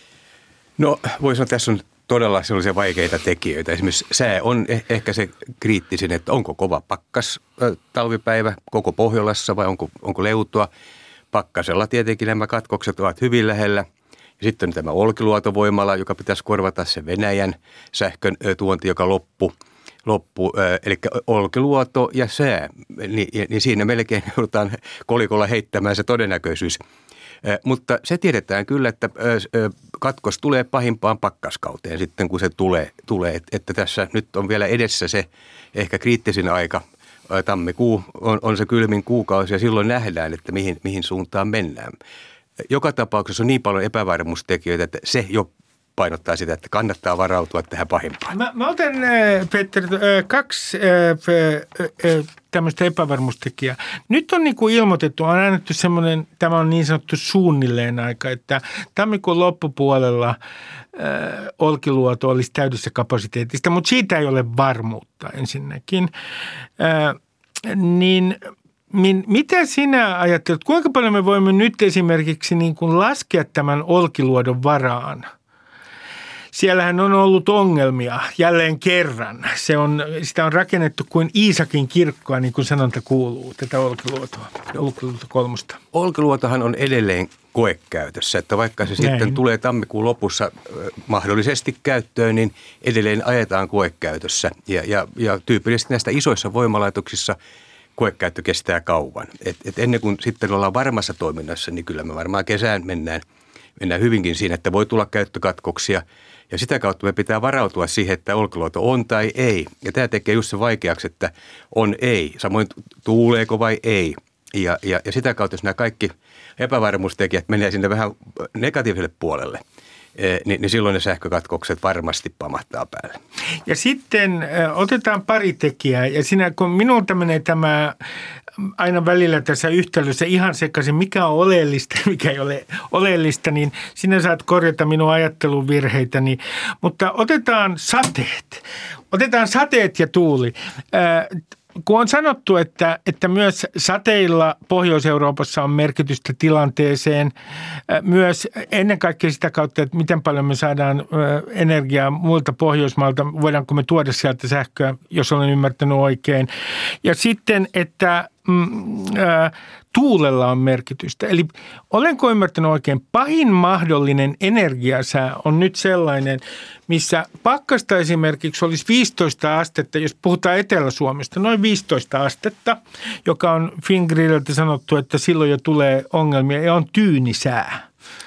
S1: No voi sanoa, että tässä on todella sellaisia vaikeita tekijöitä. Esimerkiksi sää on ehkä se kriittisin, että onko kova pakkas talvipäivä koko Pohjolassa vai onko, onko leutoa. Pakkasella tietenkin nämä katkokset ovat hyvin lähellä. Ja sitten on tämä Olkiluoto-voimala, joka pitäisi korvata se Venäjän sähkön tuonti, joka loppu. loppu eli Olkiluoto ja sää, niin, niin siinä melkein joudutaan kolikolla heittämään se todennäköisyys. Mutta se tiedetään kyllä, että katkos tulee pahimpaan pakkaskauteen sitten, kun se tulee. tulee. Että tässä nyt on vielä edessä se ehkä kriittisin aika. Tammikuu on, on se kylmin kuukausi ja silloin nähdään, että mihin, mihin suuntaan mennään. Joka tapauksessa on niin paljon epävarmuustekijöitä, että se jo painottaa sitä, että kannattaa varautua tähän pahimpaan.
S2: Mä, mä otan, Peter, kaksi tämmöistä epävarmuustekijää. Nyt on niin kuin ilmoitettu, on annettu semmoinen, tämä on niin sanottu suunnilleen aika, että tammikuun loppupuolella Olkiluoto olisi täydessä kapasiteetista, mutta siitä ei ole varmuutta ensinnäkin. Niin Min, mitä sinä ajattelet, kuinka paljon me voimme nyt esimerkiksi niin kuin laskea tämän Olkiluodon varaan? Siellähän on ollut ongelmia jälleen kerran. Se on, sitä on rakennettu kuin Iisakin kirkkoa, niin kuin sanonta kuuluu, tätä Olkiluotoa, Olkiluoto kolmosta.
S1: Olkiluotohan on edelleen koekäytössä, että vaikka se Näin. sitten tulee tammikuun lopussa mahdollisesti käyttöön, niin edelleen ajetaan koekäytössä. Ja, ja, ja tyypillisesti näistä isoissa voimalaitoksissa koekäyttö kestää kauan. Et, et ennen kuin sitten ollaan varmassa toiminnassa, niin kyllä me varmaan kesään mennään, mennään hyvinkin siinä, että voi tulla käyttökatkoksia. Ja sitä kautta me pitää varautua siihen, että Olkiluoto on tai ei. Ja tämä tekee just se vaikeaksi, että on ei. Samoin tuuleeko vai ei. Ja, ja, ja sitä kautta, jos nämä kaikki epävarmuustekijät menee sinne vähän negatiiviselle puolelle, niin, niin silloin ne sähkökatkokset varmasti pamahtaa päälle.
S2: Ja sitten otetaan pari tekijää. Ja siinä, kun minulta menee tämä aina välillä tässä yhtälössä ihan sekaisin, mikä on oleellista ja mikä ei ole oleellista, niin sinä saat korjata minun ajatteluvirheitäni. Mutta otetaan sateet. Otetaan sateet ja tuuli. Äh, kun on sanottu, että, että myös sateilla Pohjois-Euroopassa on merkitystä tilanteeseen, myös ennen kaikkea sitä kautta, että miten paljon me saadaan energiaa muilta Pohjoismailta, voidaanko me tuoda sieltä sähköä, jos olen ymmärtänyt oikein. Ja sitten, että mm, äh, tuulella on merkitystä. Eli olenko ymmärtänyt oikein, pahin mahdollinen energiasää on nyt sellainen, missä pakkasta esimerkiksi olisi viisitoista astetta, jos puhutaan Etelä-Suomesta, noin viisitoista astetta, joka on Fingridiltä sanottu, että silloin jo tulee ongelmia ja on tyynisää.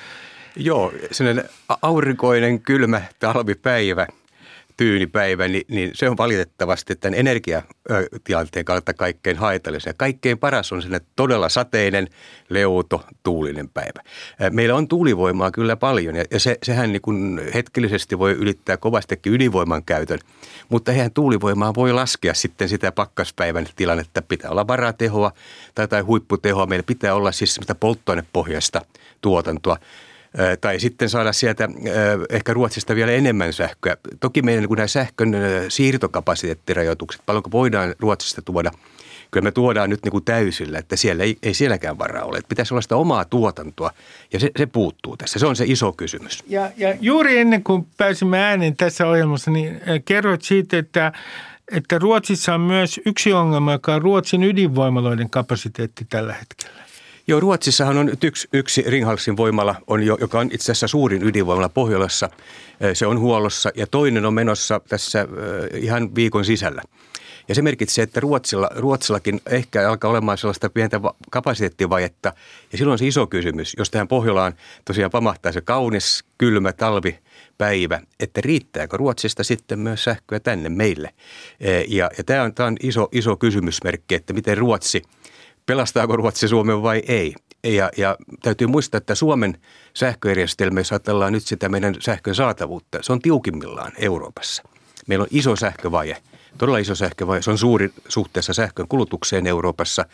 S1: Joo, sellainen aurinkoinen kylmä talvipäivä, tyynipäivä, niin, niin se on valitettavasti tämän energiatilanteen kannalta kaikkein haitallisin. Kaikkein paras on sinne todella sateinen, leuto, tuulinen päivä. Meillä on tuulivoimaa kyllä paljon ja se, sehän niin kuin hetkellisesti voi ylittää kovastikin ydinvoiman käytön, mutta eihän tuulivoimaa voi laskea sitten sitä pakkaspäivän tilannetta. Pitää olla varatehoa tai, tai huipputehoa. Meillä pitää olla siis semmoista polttoainepohjaista tuotantoa. Tai sitten saada sieltä ehkä Ruotsista vielä enemmän sähköä. Toki meidän niin nämä sähkön siirtokapasiteettirajoitukset, paljonko voidaan Ruotsista tuoda, kyllä me tuodaan nyt niin kuin täysillä, että siellä ei, ei sielläkään varaa ole. Että pitäisi olla sitä omaa tuotantoa ja se, se puuttuu tässä. Se on se iso kysymys.
S2: Ja, ja juuri ennen kuin pääsimme ääneen tässä ohjelmassa, niin kerroit siitä, että, että Ruotsissa on myös yksi ongelma, joka on Ruotsin ydinvoimaloiden kapasiteetti tällä hetkellä.
S1: Joo, Ruotsissahan on yksi, yksi Ringhalsin voimala, on jo, joka on itse asiassa suurin ydinvoimala Pohjolassa. Se on huollossa ja toinen on menossa tässä ihan viikon sisällä. Ja se merkitsee, että Ruotsilla, Ruotsillakin ehkä alkaa olemaan sellaista pientä kapasiteettivajetta. Ja silloin se iso kysymys, jos tähän Pohjolaan tosiaan pamahtaa se kaunis, kylmä talvipäivä, että riittääkö Ruotsista sitten myös sähköä tänne meille. Ja, ja tämä on, tämä on iso, iso kysymysmerkki, että miten Ruotsi, pelastaako Ruotsi Suomen vai ei? Ja, ja täytyy muistaa, että Suomen sähköjärjestelmä, jos ajatellaan nyt sitä meidän sähkön saatavuutta, se on tiukimmillaan Euroopassa. Meillä on iso sähkövaje, todella iso sähkövaje. Se on suuri suhteessa sähkön kulutukseen Euroopassa.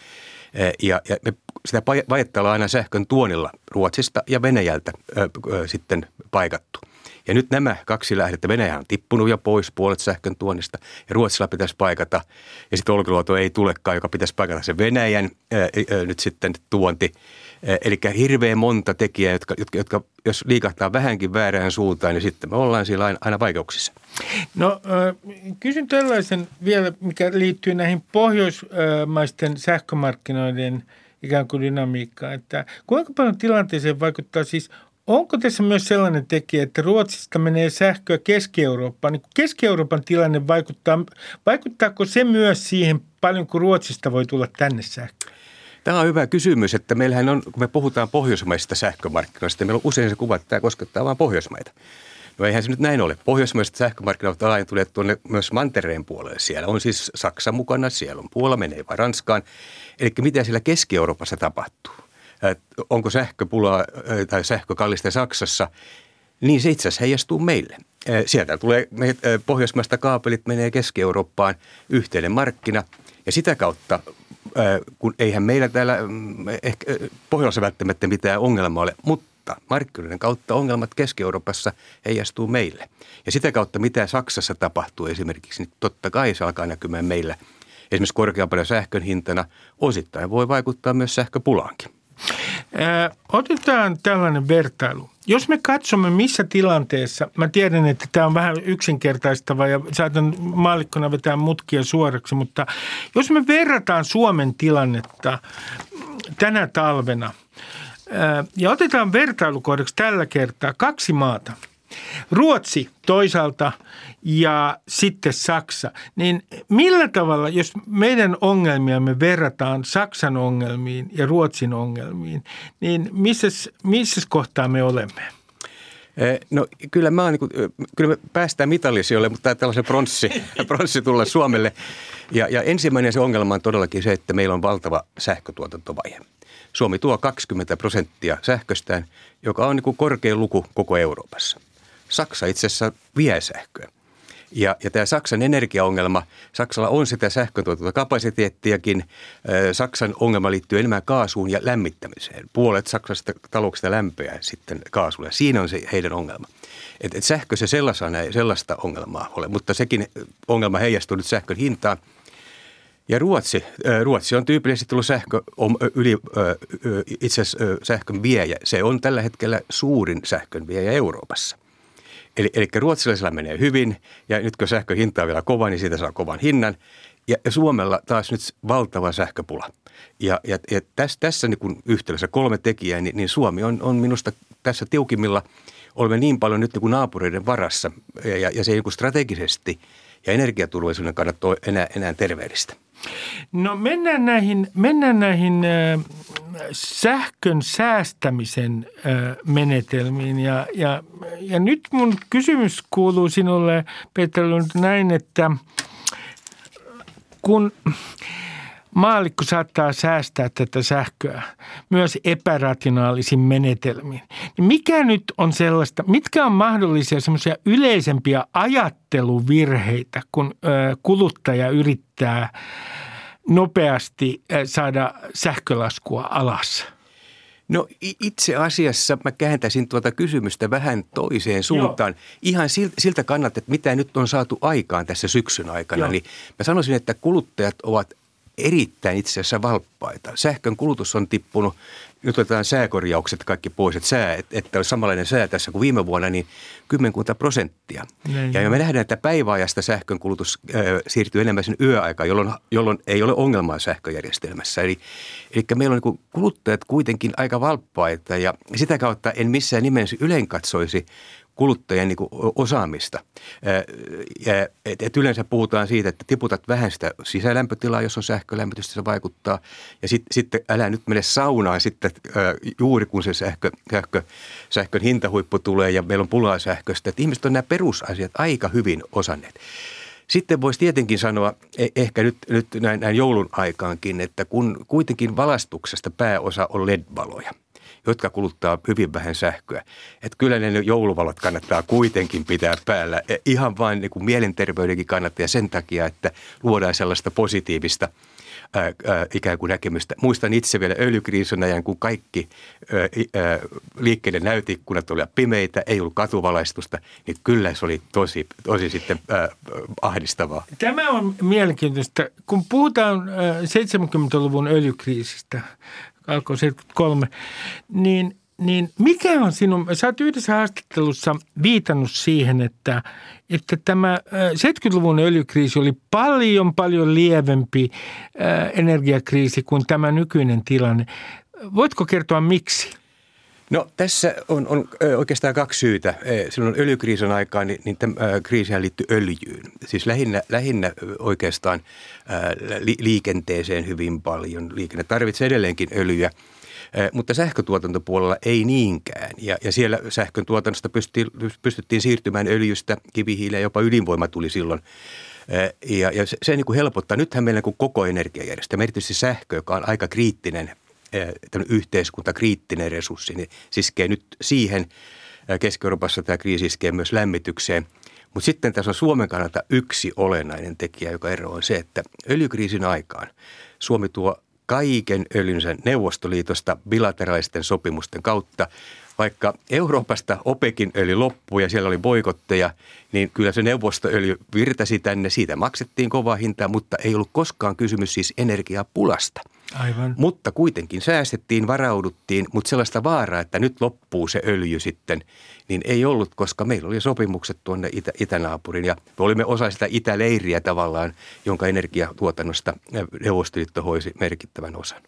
S1: Ja, ja me sitä vajetta ollaan aina sähkön tuonnilla Ruotsista ja Venäjältä ö, ö, sitten paikattu. Ja nyt nämä kaksi lähdettä, Venäjä on tippunut jo pois puolet sähkön tuonnista ja Ruotsilla pitäisi paikata. Ja sitten Olkiluoto ei tulekaan, joka pitäisi paikata se Venäjän ää, ää, nyt sitten tuonti. Eli hirveän monta tekijää, jotka, jotka, jotka jos liikahtaa vähänkin väärään suuntaan, niin sitten me ollaan siellä aina, aina vaikeuksissa.
S2: No kysyn tällaisen vielä, mikä liittyy näihin pohjoismaisten sähkömarkkinoiden ikään kuin dynamiikkaan, että kuinka paljon tilanteeseen vaikuttaa siis. Onko tässä myös sellainen tekijä, että Ruotsista menee sähköä Keski-Eurooppaan? Niin Keski-Euroopan tilanne vaikuttaa, vaikuttaako se myös siihen paljon, kun Ruotsista voi tulla tänne sähköä?
S1: Tämä on hyvä kysymys, että meillähän on, kun me puhutaan pohjoismaisista sähkömarkkinoista, meillä on usein se kuva, että tämä koskettaa vain Pohjoismaita. No eihän se nyt näin ole. Pohjoismaiset sähkömarkkinat ovat laajentuneet tuonne myös mantereen puolelle. Siellä on siis Saksa mukana, siellä on Puola, menee vain Ranskaan. Eli mitä siellä Keski-Euroopassa tapahtuu? Onko sähköpulaa tai sähkö kallista Saksassa, niin se itse asiassa heijastuu meille. Sieltä tulee, Pohjoismaista kaapelit menee Keski-Eurooppaan, yhteinen markkina ja sitä kautta, kun eihän meillä täällä ehkä Pohjolassa välttämättä mitään ongelmaa ole, mutta markkinoiden kautta ongelmat Keski-Euroopassa heijastuu meille. Ja sitä kautta, mitä Saksassa tapahtuu esimerkiksi, niin totta kai se alkaa näkymään meillä. esimerkiksi korkeampana sähkön hintana osittain voi vaikuttaa myös sähköpulaankin.
S2: Ää, otetaan tällainen vertailu. Jos me katsomme missä tilanteessa, mä tiedän, että tämä on vähän yksinkertaistava ja saatan maallikkona vetää mutkia suoraksi, mutta jos me verrataan Suomen tilannetta tänä talvena ää, ja otetaan vertailukohdaksi tällä kertaa kaksi maata, Ruotsi toisaalta ja sitten Saksa, niin millä tavalla, jos meidän ongelmiamme verrataan Saksan ongelmiin ja Ruotsin ongelmiin, niin missäs, missäs kohtaa me olemme?
S1: No kyllä, mä oon, niin kuin, kyllä me päästään mitallisijoille, mutta tällaisen pronssi, pronssi tulla Suomelle. Ja, ja ensimmäinen se ongelma on todellakin se, että meillä on valtava sähkötuotantovaihe. Suomi tuo kaksikymmentä prosenttia sähköstään, joka on niin kuin korkein luku koko Euroopassa. Saksa itse asiassa vie sähköä. Ja, ja tämä Saksan energiaongelma, Saksalla on sitä sähköntuotantokapasiteettiakin. Saksan ongelma liittyy enemmän kaasuun ja lämmittämiseen. Puolet Saksasta talouksista lämpöä sitten kaasulla. Siinä on se heidän ongelma. Et, et sähkö se sellaisena ei sellaista ongelmaa ole, mutta sekin ongelma heijastuu nyt sähkön hintaan. Ja Ruotsi, Ruotsi on tyypillisesti tullut sähkö, yli, itse asiassa sähkön viejä. Se on tällä hetkellä suurin sähkön viejä Euroopassa. Eli, eli ruotsalaisilla menee hyvin, ja nyt kun sähkön hinta on vielä kova, niin siitä saa kovan hinnan. Ja, ja Suomella taas nyt valtava sähköpula. Ja, ja, ja tässä, tässä niin kun yhtälössä kolme tekijää, niin, niin Suomi on, on minusta tässä tiukimmilla. Olemme niin paljon nyt niin kuin naapureiden varassa, ja, ja se ei niin kuin strategisesti ja energiaturvallisuuden kannalta ole enää, enää terveellistä.
S2: No mennään näihin, mennään näihin äh, sähkön säästämisen äh, menetelmiin ja, ja, ja nyt mun kysymys kuuluu sinulle, Peter Lund, näin, että kun maallikko saattaa säästää tätä sähköä myös epärationaalisin menetelmin, niin mikä nyt on sellaista, mitkä on mahdollisia semmoisia yleisempiä ajatteluvirheitä, kun ö, kuluttaja yrittää nopeasti saada sähkölaskua alas?
S1: No itse asiassa mä kääntäisin tuota kysymystä vähän toiseen suuntaan. Joo. Ihan siltä kannalta, että mitä nyt on saatu aikaan tässä syksyn aikana, Joo. niin mä sanoisin, että kuluttajat ovat erittäin itse asiassa valppaita. Sähkön kulutus on tippunut, nyt otetaan sääkorjaukset kaikki pois, että, sää, että olisi samanlainen sää tässä kuin viime vuonna, niin kymmenkunta prosenttia. Näin. Ja me nähdään, että päiväajasta sähkön kulutus äh, siirtyy enemmän sen yöaikaan, jolloin, jolloin ei ole ongelmaa sähköjärjestelmässä. Eli, eli meillä on niin kuluttajat kuitenkin aika valppaita ja sitä kautta en missään nimessä ylenkatsoisi kuluttajien niin kuin osaamista. Ja, et, et yleensä puhutaan siitä, että tiputat vähän sitä sisälämpötilaa, jos on sähkölämmitystä, se vaikuttaa. Ja sit, sitten älä nyt mene saunaan sitten juuri kun se sähkö, sähkö, sähkön hintahuippu tulee ja meillä on pulaa sähköstä. Että ihmiset on nämä perusasiat aika hyvin osanneet. Sitten voisi tietenkin sanoa, ehkä nyt, nyt näin, näin joulun aikaankin, että kun kuitenkin valastuksesta pääosa on L E D-valoja, jotka kuluttaa hyvin vähän sähköä. Että kyllä ne jouluvalot kannattaa kuitenkin pitää päällä. Ihan vain niin kuin mielenterveydenkin kannattaa ja sen takia, että luodaan sellaista positiivista ää, ää, ikään kuin näkemystä. Muistan itse vielä öljykriisin ajan, kun kaikki ää, ää, liikkeiden näytikkunat olivat pimeitä, ei ollut katuvalaistusta, niin kyllä se oli tosi, tosi sitten ää, ahdistavaa. Tämä
S2: on mielenkiintoista. Kun puhutaan ää, seitsemänkymmentäluvun öljykriisistä, alkoi seitsemänkymmentäkolme, niin, niin mikä on sinun, sä oot yhdessä haastattelussa viitannut siihen, että, että tämä seitsemänkymmentäluvun öljykriisi oli paljon, paljon lievempi energiakriisi kuin tämä nykyinen tilanne. Voitko kertoa miksi?
S1: No tässä on, on oikeastaan kaksi syytä. Silloin öljykriisin aikaan niin, niin tämä kriisihän liittyy öljyyn. Siis lähinnä, lähinnä oikeastaan li, liikenteeseen hyvin paljon. Liikenne tarvitsee edelleenkin öljyä, mutta sähkötuotantopuolella ei niinkään. Ja, ja siellä sähkön tuotannosta pystyttiin, pystyttiin siirtymään öljystä, kivihiileen, jopa ydinvoima tuli silloin. Ja, ja se, se niin kuin helpottaa. Nythän meillä niin koko energiajärjestelmä, erityisesti sähkö, joka on aika kriittinen yhteiskuntakriittinen resurssi, niin se iskee nyt siihen. Keski-Euroopassa tämä kriisi iskee myös lämmitykseen. Mutta sitten tässä on Suomen kannalta yksi olennainen tekijä, joka ero on se, että öljykriisin aikaan Suomi tuo kaiken öljynsä Neuvostoliitosta bilateraalisten sopimusten kautta vaikka Euroopasta OPECin öljy loppui ja siellä oli boikotteja, niin kyllä se neuvostoöljy virtasi tänne. Siitä maksettiin kovaa hintaa, mutta ei ollut koskaan kysymys siis energiapulasta.
S2: Aivan.
S1: Mutta kuitenkin säästettiin, varauduttiin, mutta sellaista vaaraa, että nyt loppuu se öljy sitten, niin ei ollut, koska meillä oli sopimukset tuonne itä, itänaapurin. Ja me olimme osa sitä itäleiriä tavallaan, jonka energiatuotannosta Neuvostoliitto hoisi merkittävän osan.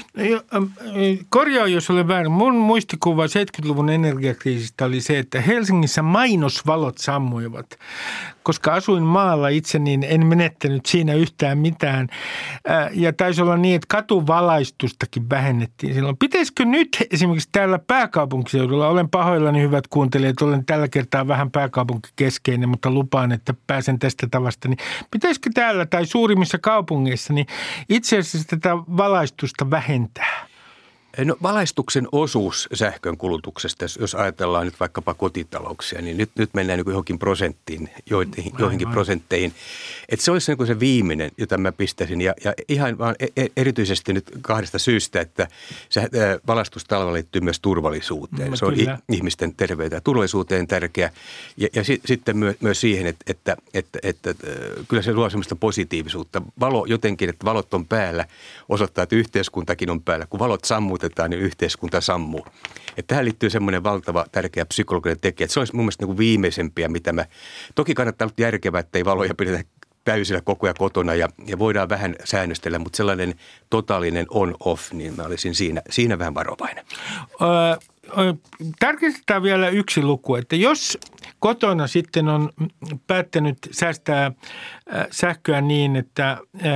S2: Korjaa, jos olen väärin. Mun muistikuva seitsemänkymmentäluvun energiakriisistä oli se, että Helsingissä mainosvalot sammuivat. Koska asuin maalla itse, niin en menettänyt siinä yhtään mitään. Ja taisi olla niin, että katuvalaistustakin vähennettiin silloin. Pitäisikö nyt esimerkiksi täällä pääkaupunkiseudulla, olen pahoillani hyvät kuuntelijat, olen tällä kertaa vähän pääkaupunkikeskeinen, mutta lupaan, että pääsen tästä tavasta. Niin pitäisikö täällä tai suurimmissa kaupungeissa niin itse asiassa tätä valaistusta vähentää?
S1: No valaistuksen osuus sähkön kulutuksesta, jos ajatellaan nyt vaikkapa kotitalouksia, niin nyt, nyt mennään niin johonkin prosenttiin, joihin, joihinkin prosentteihin. Että se olisi niin se viimeinen, jota mä pistäisin ja, ja ihan vaan erityisesti nyt kahdesta syystä, että se valaistus talvella liittyy myös turvallisuuteen. No, se on kyllä. ihmisten terveyteen ja turvallisuuteen tärkeä ja, ja si, sitten myö, myös siihen, että, että, että, että, että kyllä se luo sellaista positiivisuutta. Valo jotenkin, että valot on päällä, osoittaa, että yhteiskuntakin on päällä. Kun valot sammuu, niin yhteiskunta sammuu. Että tähän liittyy semmoinen valtava tärkeä psykologinen tekijä. Että se olisi mun mielestä niin kuin viimeisempiä, mitä mä... Toki kannattaa olla järkevää, että ei valoja pidetä täysillä koko ajan kotona ja, ja voidaan vähän säännöstellä, mutta sellainen totaalinen on-off, niin mä olisin siinä, siinä vähän varovainen.
S2: Öö, tarkistetaan vielä yksi luku, että jos kotona sitten on päättänyt säästää sähköä niin, että...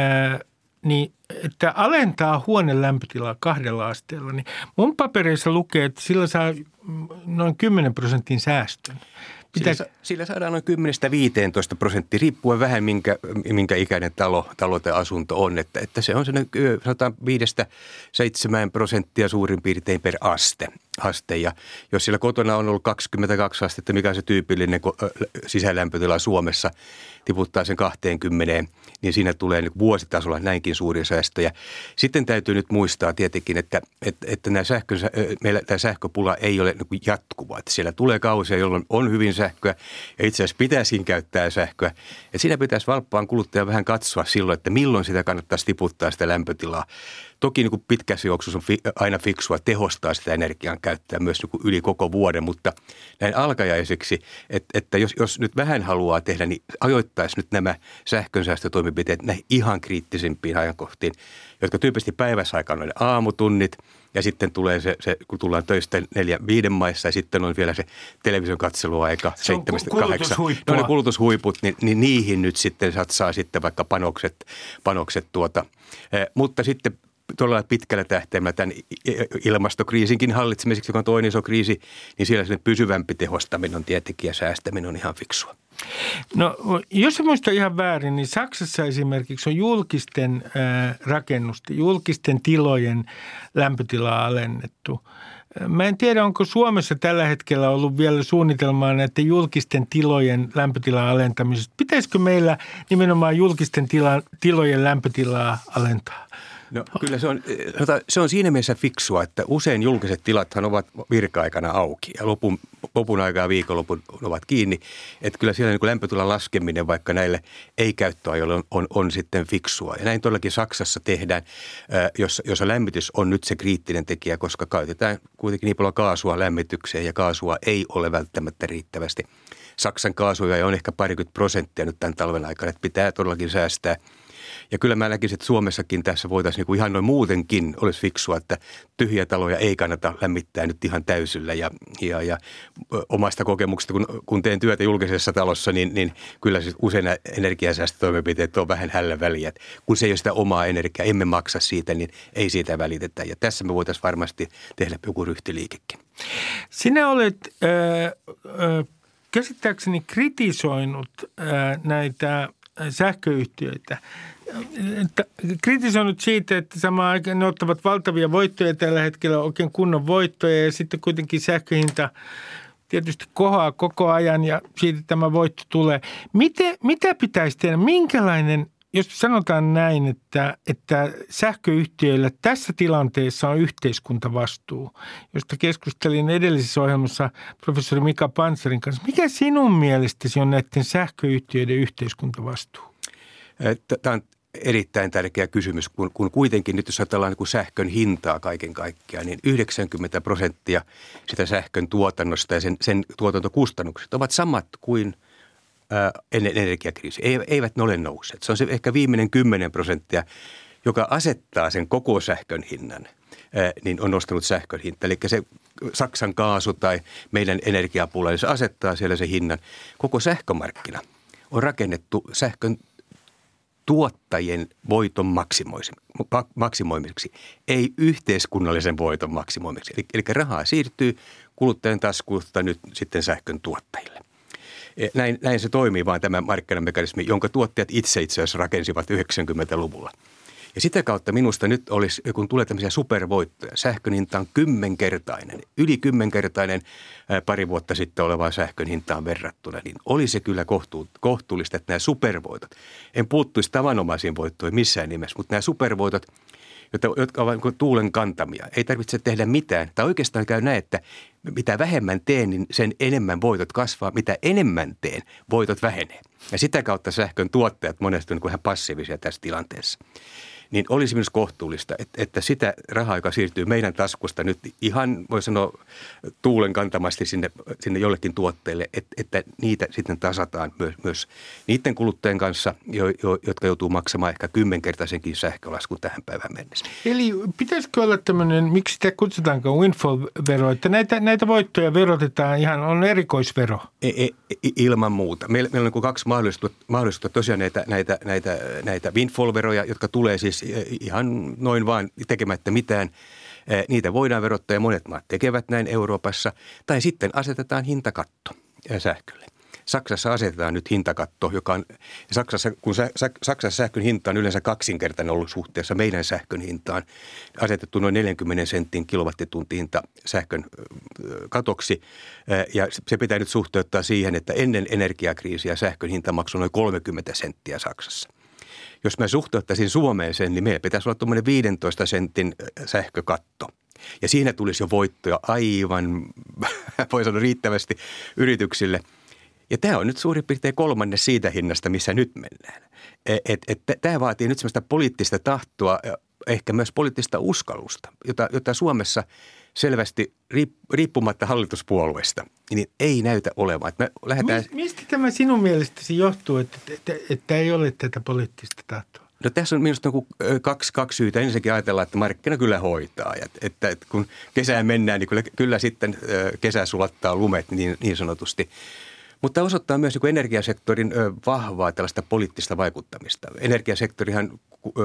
S2: niin että alentaa huoneen lämpötilaa kahdella asteella, niin mun papereissa lukee, että sillä saa noin kymmenen prosentin säästön.
S1: Pitäis... Sillä, sillä saadaan noin kymmenestä viiteentoista prosenttia, riippuen vähän minkä, minkä ikäinen talo, talo tai asunto on. Että, että se on sellainen, sanotaan viidestä seitsemään prosenttia suurin piirtein per aste. aste. Ja jos siellä kotona on ollut kaksikymmentäkaksi astetta, mikä on se tyypillinen sisälämpötila Suomessa, tiputtaa sen kaksikymmentä, niin siinä tulee niin vuositasolla näinkin suuria säästöjä. Sitten täytyy nyt muistaa tietenkin, että, että, että nämä sähkö, meillä tämä sähköpula ei ole niin jatkuva. Että siellä tulee kausia, jolloin on hyvin sähköä ja itse asiassa pitäisikin käyttää sähköä. Ja siinä pitäisi valppaan kuluttaja vähän katsoa silloin, että milloin sitä kannattaisi tiputtaa sitä lämpötilaa. Toki niin kuin pitkässä juoksussa on fi, aina fiksua tehostaa sitä energian käyttöä myös niin kuin yli koko vuoden, mutta näin alkajaiseksi, että, että jos, jos nyt vähän haluaa tehdä, niin ajoittaisi nyt nämä sähkönsäästötoimenpiteet näihin ihan kriittisimpiin ajankohtiin, jotka tyypillisesti päiväsaikaan on ne aamutunnit ja sitten tulee se, se kun tullaan töistä neljän, viiden maissa ja sitten on vielä se television katseluaika seitsemästä kahdeksan. No ne kulutushuiput, niin, niin niihin nyt sitten satsaa sitten vaikka panokset, panokset tuota, eh, mutta sitten todella pitkällä tähtäimellä tämän ilmastokriisinkin hallitsemiseksi, joka on toinen iso kriisi, niin siellä sen pysyvämpi tehostaminen on tietenkin ja säästäminen on ihan fiksua.
S2: No jos en muista ihan väärin, niin Saksassa esimerkiksi on julkisten äh, rakennusten, julkisten tilojen lämpötilaa alennettu. Mä en tiedä, onko Suomessa tällä hetkellä ollut vielä suunnitelmaa näiden julkisten tilojen lämpötilan alentamisesta. Pitäisikö meillä nimenomaan julkisten tila, tilojen lämpötilaa alentaa?
S1: No kyllä se on, se on siinä mielessä fiksua, että usein julkiset tilathan ovat virka-aikana auki ja lopun, lopun aikaa viikonlopun ovat kiinni. Että kyllä siellä niin kuin lämpötilan laskeminen vaikka näille ei-käyttöajoille on, on, on sitten fiksua. Ja näin todellakin Saksassa tehdään, jossa, jossa lämmitys on nyt se kriittinen tekijä, koska käytetään kuitenkin niin paljon kaasua lämmitykseen ja kaasua ei ole välttämättä riittävästi. Saksan kaasuja on ehkä parikymmentä prosenttia nyt tämän talven aikana, että pitää todellakin säästää. Ja kyllä mä näkisin, että Suomessakin tässä voitaisiin niin kuin ihan noin muutenkin olisi fiksua, että tyhjiä taloja ei kannata lämmittää nyt ihan täysillä. Ja, ja, ja omasta kokemuksesta, kun, kun teen työtä julkisessa talossa, niin, niin kyllä siis usein energiasäästötoimenpiteet on vähän hällä väliä. Kun se ei ole sitä omaa energiaa, emme maksa siitä, niin ei siitä välitetä. Ja tässä me voitaisiin varmasti tehdä joku ryhtiliikekin. Sinä olet äh, äh, käsittääkseni kritisoinut äh, näitä sähköyhtiöitä. Kritisoinut siitä, että samaan aikaan ne ottavat valtavia voittoja tällä hetkellä, oikein kunnon voittoja ja sitten kuitenkin sähköhinta tietysti kohoaa koko ajan ja siitä tämä voitto tulee. Miten, mitä pitäisi tehdä? Minkälainen
S2: jos sanotaan näin, että, että sähköyhtiöillä tässä tilanteessa on yhteiskuntavastuu, josta keskustelin edellisessä ohjelmassa professori Mika Pantzarin kanssa. Mikä sinun mielestäsi on näiden sähköyhtiöiden yhteiskuntavastuu?
S1: Tämä on erittäin tärkeä kysymys, kun, kun kuitenkin nyt jos ajatellaan niin kuin sähkön hintaa kaiken kaikkiaan, niin yhdeksänkymmentä prosenttia sitä sähkön tuotannosta ja sen, sen tuotantokustannukset ovat samat kuin ää, ennen energiakriisi. Eivät ne ole nousseet. Se on se ehkä viimeinen kymmenen prosenttia, joka asettaa sen koko sähkön hinnan, ää, niin on nostanut sähkön hinta. Eli se Saksan kaasu tai meidän energiapula, jos asettaa siellä se hinnan, koko sähkömarkkina on rakennettu sähkön tuottajien voiton maksimoimiseksi, ei yhteiskunnallisen voiton maksimoimiseksi. Eli, eli rahaa siirtyy kuluttajan taskusta nyt sitten sähkön tuottajille. Näin, näin se toimii vaan tämä markkinamekanismi, jonka tuottajat itse itse asiassa rakensivat yhdeksänkymmentäluvulla. Ja sitä kautta minusta nyt olisi, kun tulee tämmöisiä supervoittoja, sähkön hinta on kymmenkertainen, yli kymmenkertainen pari vuotta sitten olevaan sähkön hintaan verrattuna, niin olisi se kyllä kohtu, kohtuullista, että nämä supervoitot, en puuttuisi tavanomaisiin voittoihin missään nimessä, mutta nämä supervoitot, jotka ovat tuulen kantamia, ei tarvitse tehdä mitään. Tai oikeastaan käy näin, että mitä vähemmän teen, niin sen enemmän voitot kasvaa, mitä enemmän teen, voitot vähenee. Ja sitä kautta sähkön tuottajat monesti on ihan passiivisia tässä tilanteessa. Niin olisi myös kohtuullista, että, että sitä rahaa, joka siirtyy meidän taskusta nyt ihan, voi sanoa, tuulen kantamasti sinne, sinne jollekin tuotteelle, että, että niitä sitten tasataan myös, myös niiden kuluttajien kanssa, jo, jo, jotka joutuu maksamaan ehkä kymmenkertaisenkin sähkölaskun tähän päivään mennessä.
S2: Eli pitäisikö olla tämmöinen, miksi sitä kutsutaanko windfall-vero, että näitä, näitä voittoja verotetaan ihan, on erikoisvero? E,
S1: e, ilman muuta. Meillä, meillä on kaksi mahdollisuutta, mahdollisuutta tosiaan näitä, näitä, näitä, näitä windfall-veroja, jotka tulee siis ihan noin vaan tekemättä mitään. Niitä voidaan verottaa ja monet maat tekevät näin Euroopassa. Tai sitten asetetaan hintakatto sähkölle. Saksassa asetetaan nyt hintakatto, joka on, Saksassa, kun sä, Saksassa sähkön hinta on yleensä kaksinkertainen ollut suhteessa meidän sähkön hintaan, asetettu noin neljänkymmenen sentin kilowattituntihinta sähkön katoksi. Ja se pitää nyt suhteuttaa siihen, että ennen energiakriisiä sähkön hinta maksoi noin kolmekymmentä senttiä Saksassa. Jos mä suhteuttaisin Suomeen sen, niin meillä pitäisi olla tuommoinen viidentoista sentin sähkökatto. Ja siinä tulisi jo voittoja aivan, voi sanoa riittävästi yrityksille. Ja tämä on nyt suurin piirtein kolmannes siitä hinnasta, missä nyt mennään. Et, et, tämä vaatii nyt sellaista poliittista tahtoa, ehkä myös poliittista uskallusta, jota, jota Suomessa selvästi riippumatta hallituspuolueesta, niin ei näytä olevan. Että me lähdetään...
S2: Mistä tämä sinun mielestäsi johtuu, että, että, että ei ole tätä poliittista tahtoa?
S1: No tässä on minusta kaksi, kaksi syytä. Ensinnäkin ajatellaan, että markkina kyllä hoitaa. Että, että kun kesään mennään, niin kyllä, kyllä sitten kesä sulattaa lumet niin, niin sanotusti. Mutta osoittaa myös niin energiasektorin vahvaa tällaista poliittista vaikuttamista. Energiasektorihan,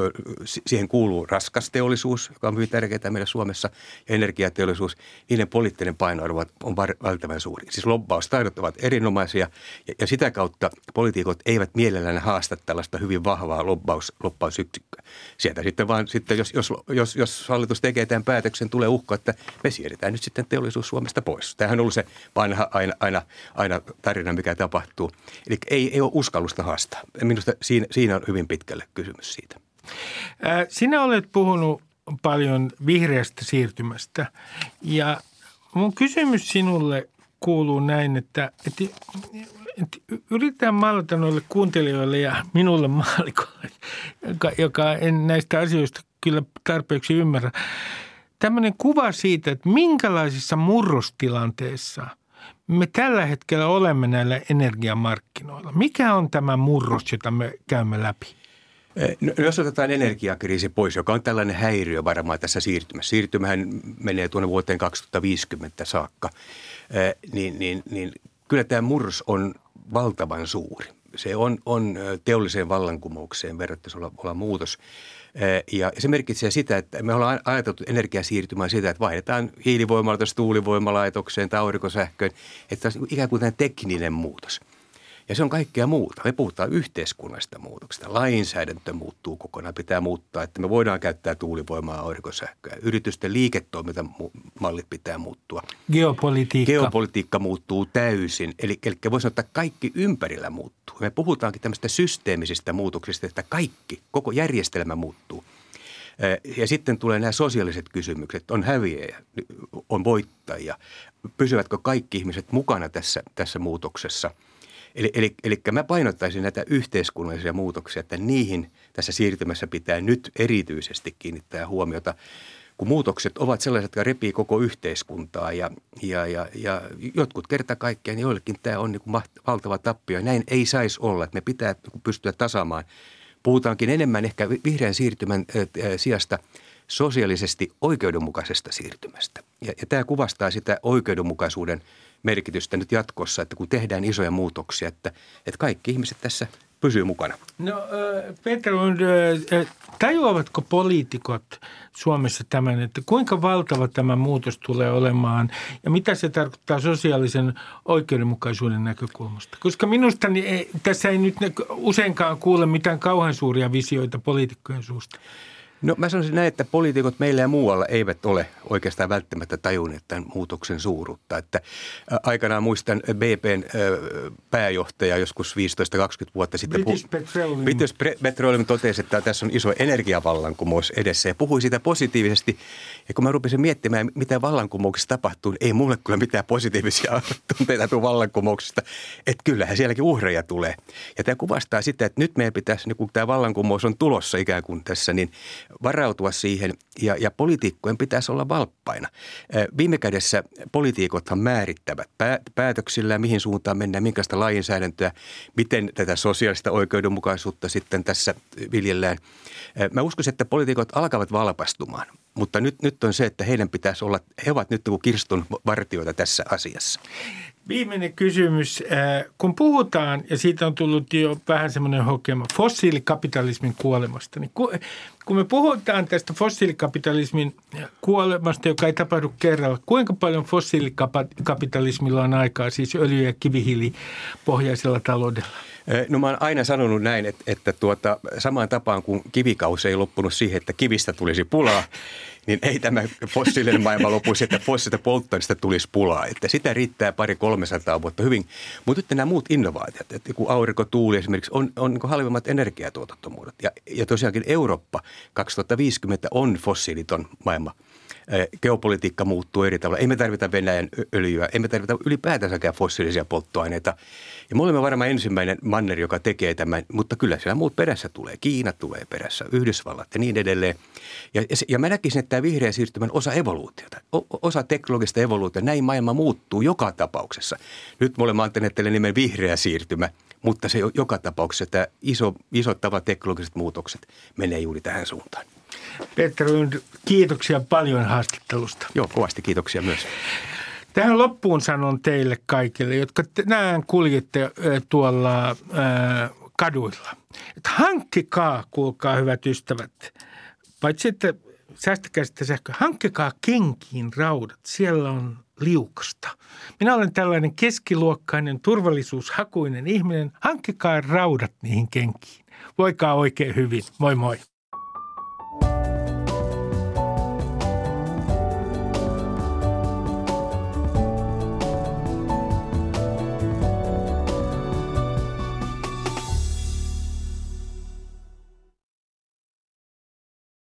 S1: siihen kuuluu raskas teollisuus, joka on hyvin tärkeää meillä Suomessa, ja energiateollisuus. Niiden poliittinen painoarvo on valtavan suuri. Siis lobbaustaidot ovat erinomaisia, ja, ja sitä kautta poliitikot eivät mielellään haasta tällaista hyvin vahvaa lobbaus, lobbausyksikköä. Sieltä sitten vaan, sitten jos, jos, jos, jos hallitus tekee tämän päätöksen, tulee uhka, että me siirretään nyt sitten teollisuus Suomesta pois. Tämähän on ollut se vanha aina, aina, aina tarina, mikä tapahtuu. Eli ei, ei ole uskallusta haastaa. Minusta siinä, siinä on hyvin pitkälle kysymys siitä.
S2: Sinä olet puhunut paljon vihreästä siirtymästä ja mun kysymys sinulle kuuluu näin, että, että, että yritetään maalata noille kuuntelijoille ja minulle maalikolle, joka, joka en näistä asioista kyllä tarpeeksi ymmärrä. Tämmöinen kuva siitä, että minkälaisissa murrostilanteissa me tällä hetkellä olemme näillä energiamarkkinoilla. Mikä on tämä murros, jota me käymme läpi?
S1: No, jos otetaan energiakriisi pois, joka on tällainen häiriö varmaan tässä siirtymässä. Siirtymähän menee tuonne vuoteen kaksituhattaviisikymmentä saakka, niin, niin, niin kyllä tämä murros on valtavan suuri. Se on, on teolliseen vallankumoukseen verrattuna olla, olla muutos. Ja se merkitsee sitä, että me ollaan ajateltu energiasiirtymää sitä, että vaihdetaan hiilivoimalaitosta tuulivoimalaitokseen tai aurinkosähköön, että on ikään kuin tämä tekninen muutos. Ja se on kaikkea muuta. Me puhutaan yhteiskunnallisesta muutoksesta. Lainsäädäntö muuttuu kokonaan, pitää muuttaa, että me voidaan käyttää tuulivoimaa, aurinkosähköä. Yritysten liiketoimintamallit pitää muuttua.
S2: Geopolitiikka.
S1: Geopolitiikka muuttuu täysin. Eli, eli voisi sanoa, että kaikki ympärillä muuttuu. Me puhutaankin tämmöistä systeemisistä muutoksista, että kaikki, koko järjestelmä muuttuu. Ja sitten tulee nämä sosiaaliset kysymykset. On häviäjä, on voittajia. Pysyvätkö kaikki ihmiset mukana tässä, tässä muutoksessa? Eli, eli, eli mä painottaisin näitä yhteiskunnallisia muutoksia, että niihin tässä siirtymässä pitää nyt erityisesti kiinnittää huomiota, kun muutokset ovat sellaiset, jotka repii koko yhteiskuntaa ja, ja, ja, ja jotkut kerta kaikkiaan, niin joillekin tämä on niin kuin valtava tappio. Näin ei saisi olla, että me pitää pystyä tasaamaan. Puhutaankin enemmän ehkä vihreän siirtymän sijasta sosiaalisesti oikeudenmukaisesta siirtymästä. Ja, ja tämä kuvastaa sitä oikeudenmukaisuuden merkitystä nyt jatkossa, että kun tehdään isoja muutoksia, että, että kaikki ihmiset tässä pysyy mukana.
S2: No Peter, tajuavatko poliitikot Suomessa tämän, että kuinka valtava tämä muutos tulee olemaan ja mitä se tarkoittaa sosiaalisen oikeudenmukaisuuden näkökulmasta? Koska minusta niin ei, tässä ei nyt useinkaan kuule mitään kauhean suuria visioita poliitikkojen suusta.
S1: No mä sanoisin näin, että poliitikot meillä ja muualla eivät ole oikeastaan välttämättä tajunneet tämän muutoksen suuruutta. Että aikanaan muistan B P:n pääjohtaja joskus viisitoista kaksikymmentä vuotta sitten.
S2: British Petroleum.
S1: British Petroleum totesi, että tässä on iso energiavallankumous edessä ja puhui siitä positiivisesti. Ja kun mä rupesin miettimään, mitä vallankumouksessa tapahtuu, niin ei mulle kyllä mitään positiivisia tunteita tule vallankumouksesta. Että kyllähän sielläkin uhreja tulee. Ja tämä kuvastaa sitä, että nyt meidän pitäisi, niin kun tämä vallankumous on tulossa ikään kuin tässä, niin varautua siihen ja, ja poliitikkojen pitäisi olla valppaina. Viime kädessä poliitikothan määrittävät päätöksillä, mihin suuntaan mennään, minkälaista lainsäädäntöä, miten tätä sosiaalista oikeudenmukaisuutta sitten tässä viljellään. Mä uskoisin, että poliitikot alkavat valpastumaan, mutta nyt, nyt on se, että heidän pitäisi olla, he ovat nyt kuin kirstun vartijoita tässä asiassa.
S2: Viimeinen kysymys. Kun puhutaan, ja siitä on tullut jo vähän semmoinen hokema, fossiilikapitalismin kuolemasta, niin kun me puhutaan tästä fossiilikapitalismin kuolemasta, joka ei tapahdu kerralla, kuinka paljon fossiilikapitalismilla on aikaa, siis öljy- ja kivihiilipohjaisella taloudella?
S1: No mä oon aina sanonut näin, että, että tuota, samaan tapaan kuin kivikausi ei loppunut siihen, että kivistä tulisi pulaa, niin ei tämä fossiilinen maailma lopuisi, että fossiilista polttoaineista tulisi pulaa. Että sitä riittää pari kolmesataa vuotta hyvin. Mutta nyt nämä muut innovaatiot, että kun aurinko, tuuli esimerkiksi, on, on niin halvemmat energiatuotantomuodot. Ja, ja tosiaankin Eurooppa kaksituhattaviisikymmentä on fossiiliton maailma. Geopolitiikka muuttuu eri tavalla. Ei me tarvita Venäjän öljyä, ei me tarvita ylipäätänsäkään fossiilisia polttoaineita. Ja me olemme varmaan ensimmäinen manner, joka tekee tämän, mutta kyllä siellä muut perässä tulee. Kiina tulee perässä, Yhdysvallat ja niin edelleen. Ja, ja mä näkisin, että tämä vihreä siirtymä on osa evoluutiota, o, osa teknologista evoluutiota. Näin maailma muuttuu joka tapauksessa. Nyt me olemme antaneet teille nimen vihreä siirtymä, mutta se joka tapauksessa tämä iso, isot tavat teknologiset muutokset menee juuri tähän suuntaan.
S2: Peter Lund, kiitoksia paljon haastattelusta.
S1: Joo, kovasti kiitoksia myös.
S2: Tähän loppuun sanon teille kaikille, jotka tänään kuljette tuolla ää, kaduilla. Että hankkikaa, kuulkaa hyvät ystävät, paitsi että säästäkää sitä sähköä, hankkikaa kenkiin raudat, siellä on liukasta. Minä olen tällainen keskiluokkainen, turvallisuushakuinen ihminen, hankkikaa raudat niihin kenkiin. Voikaa oikein hyvin. Moi moi.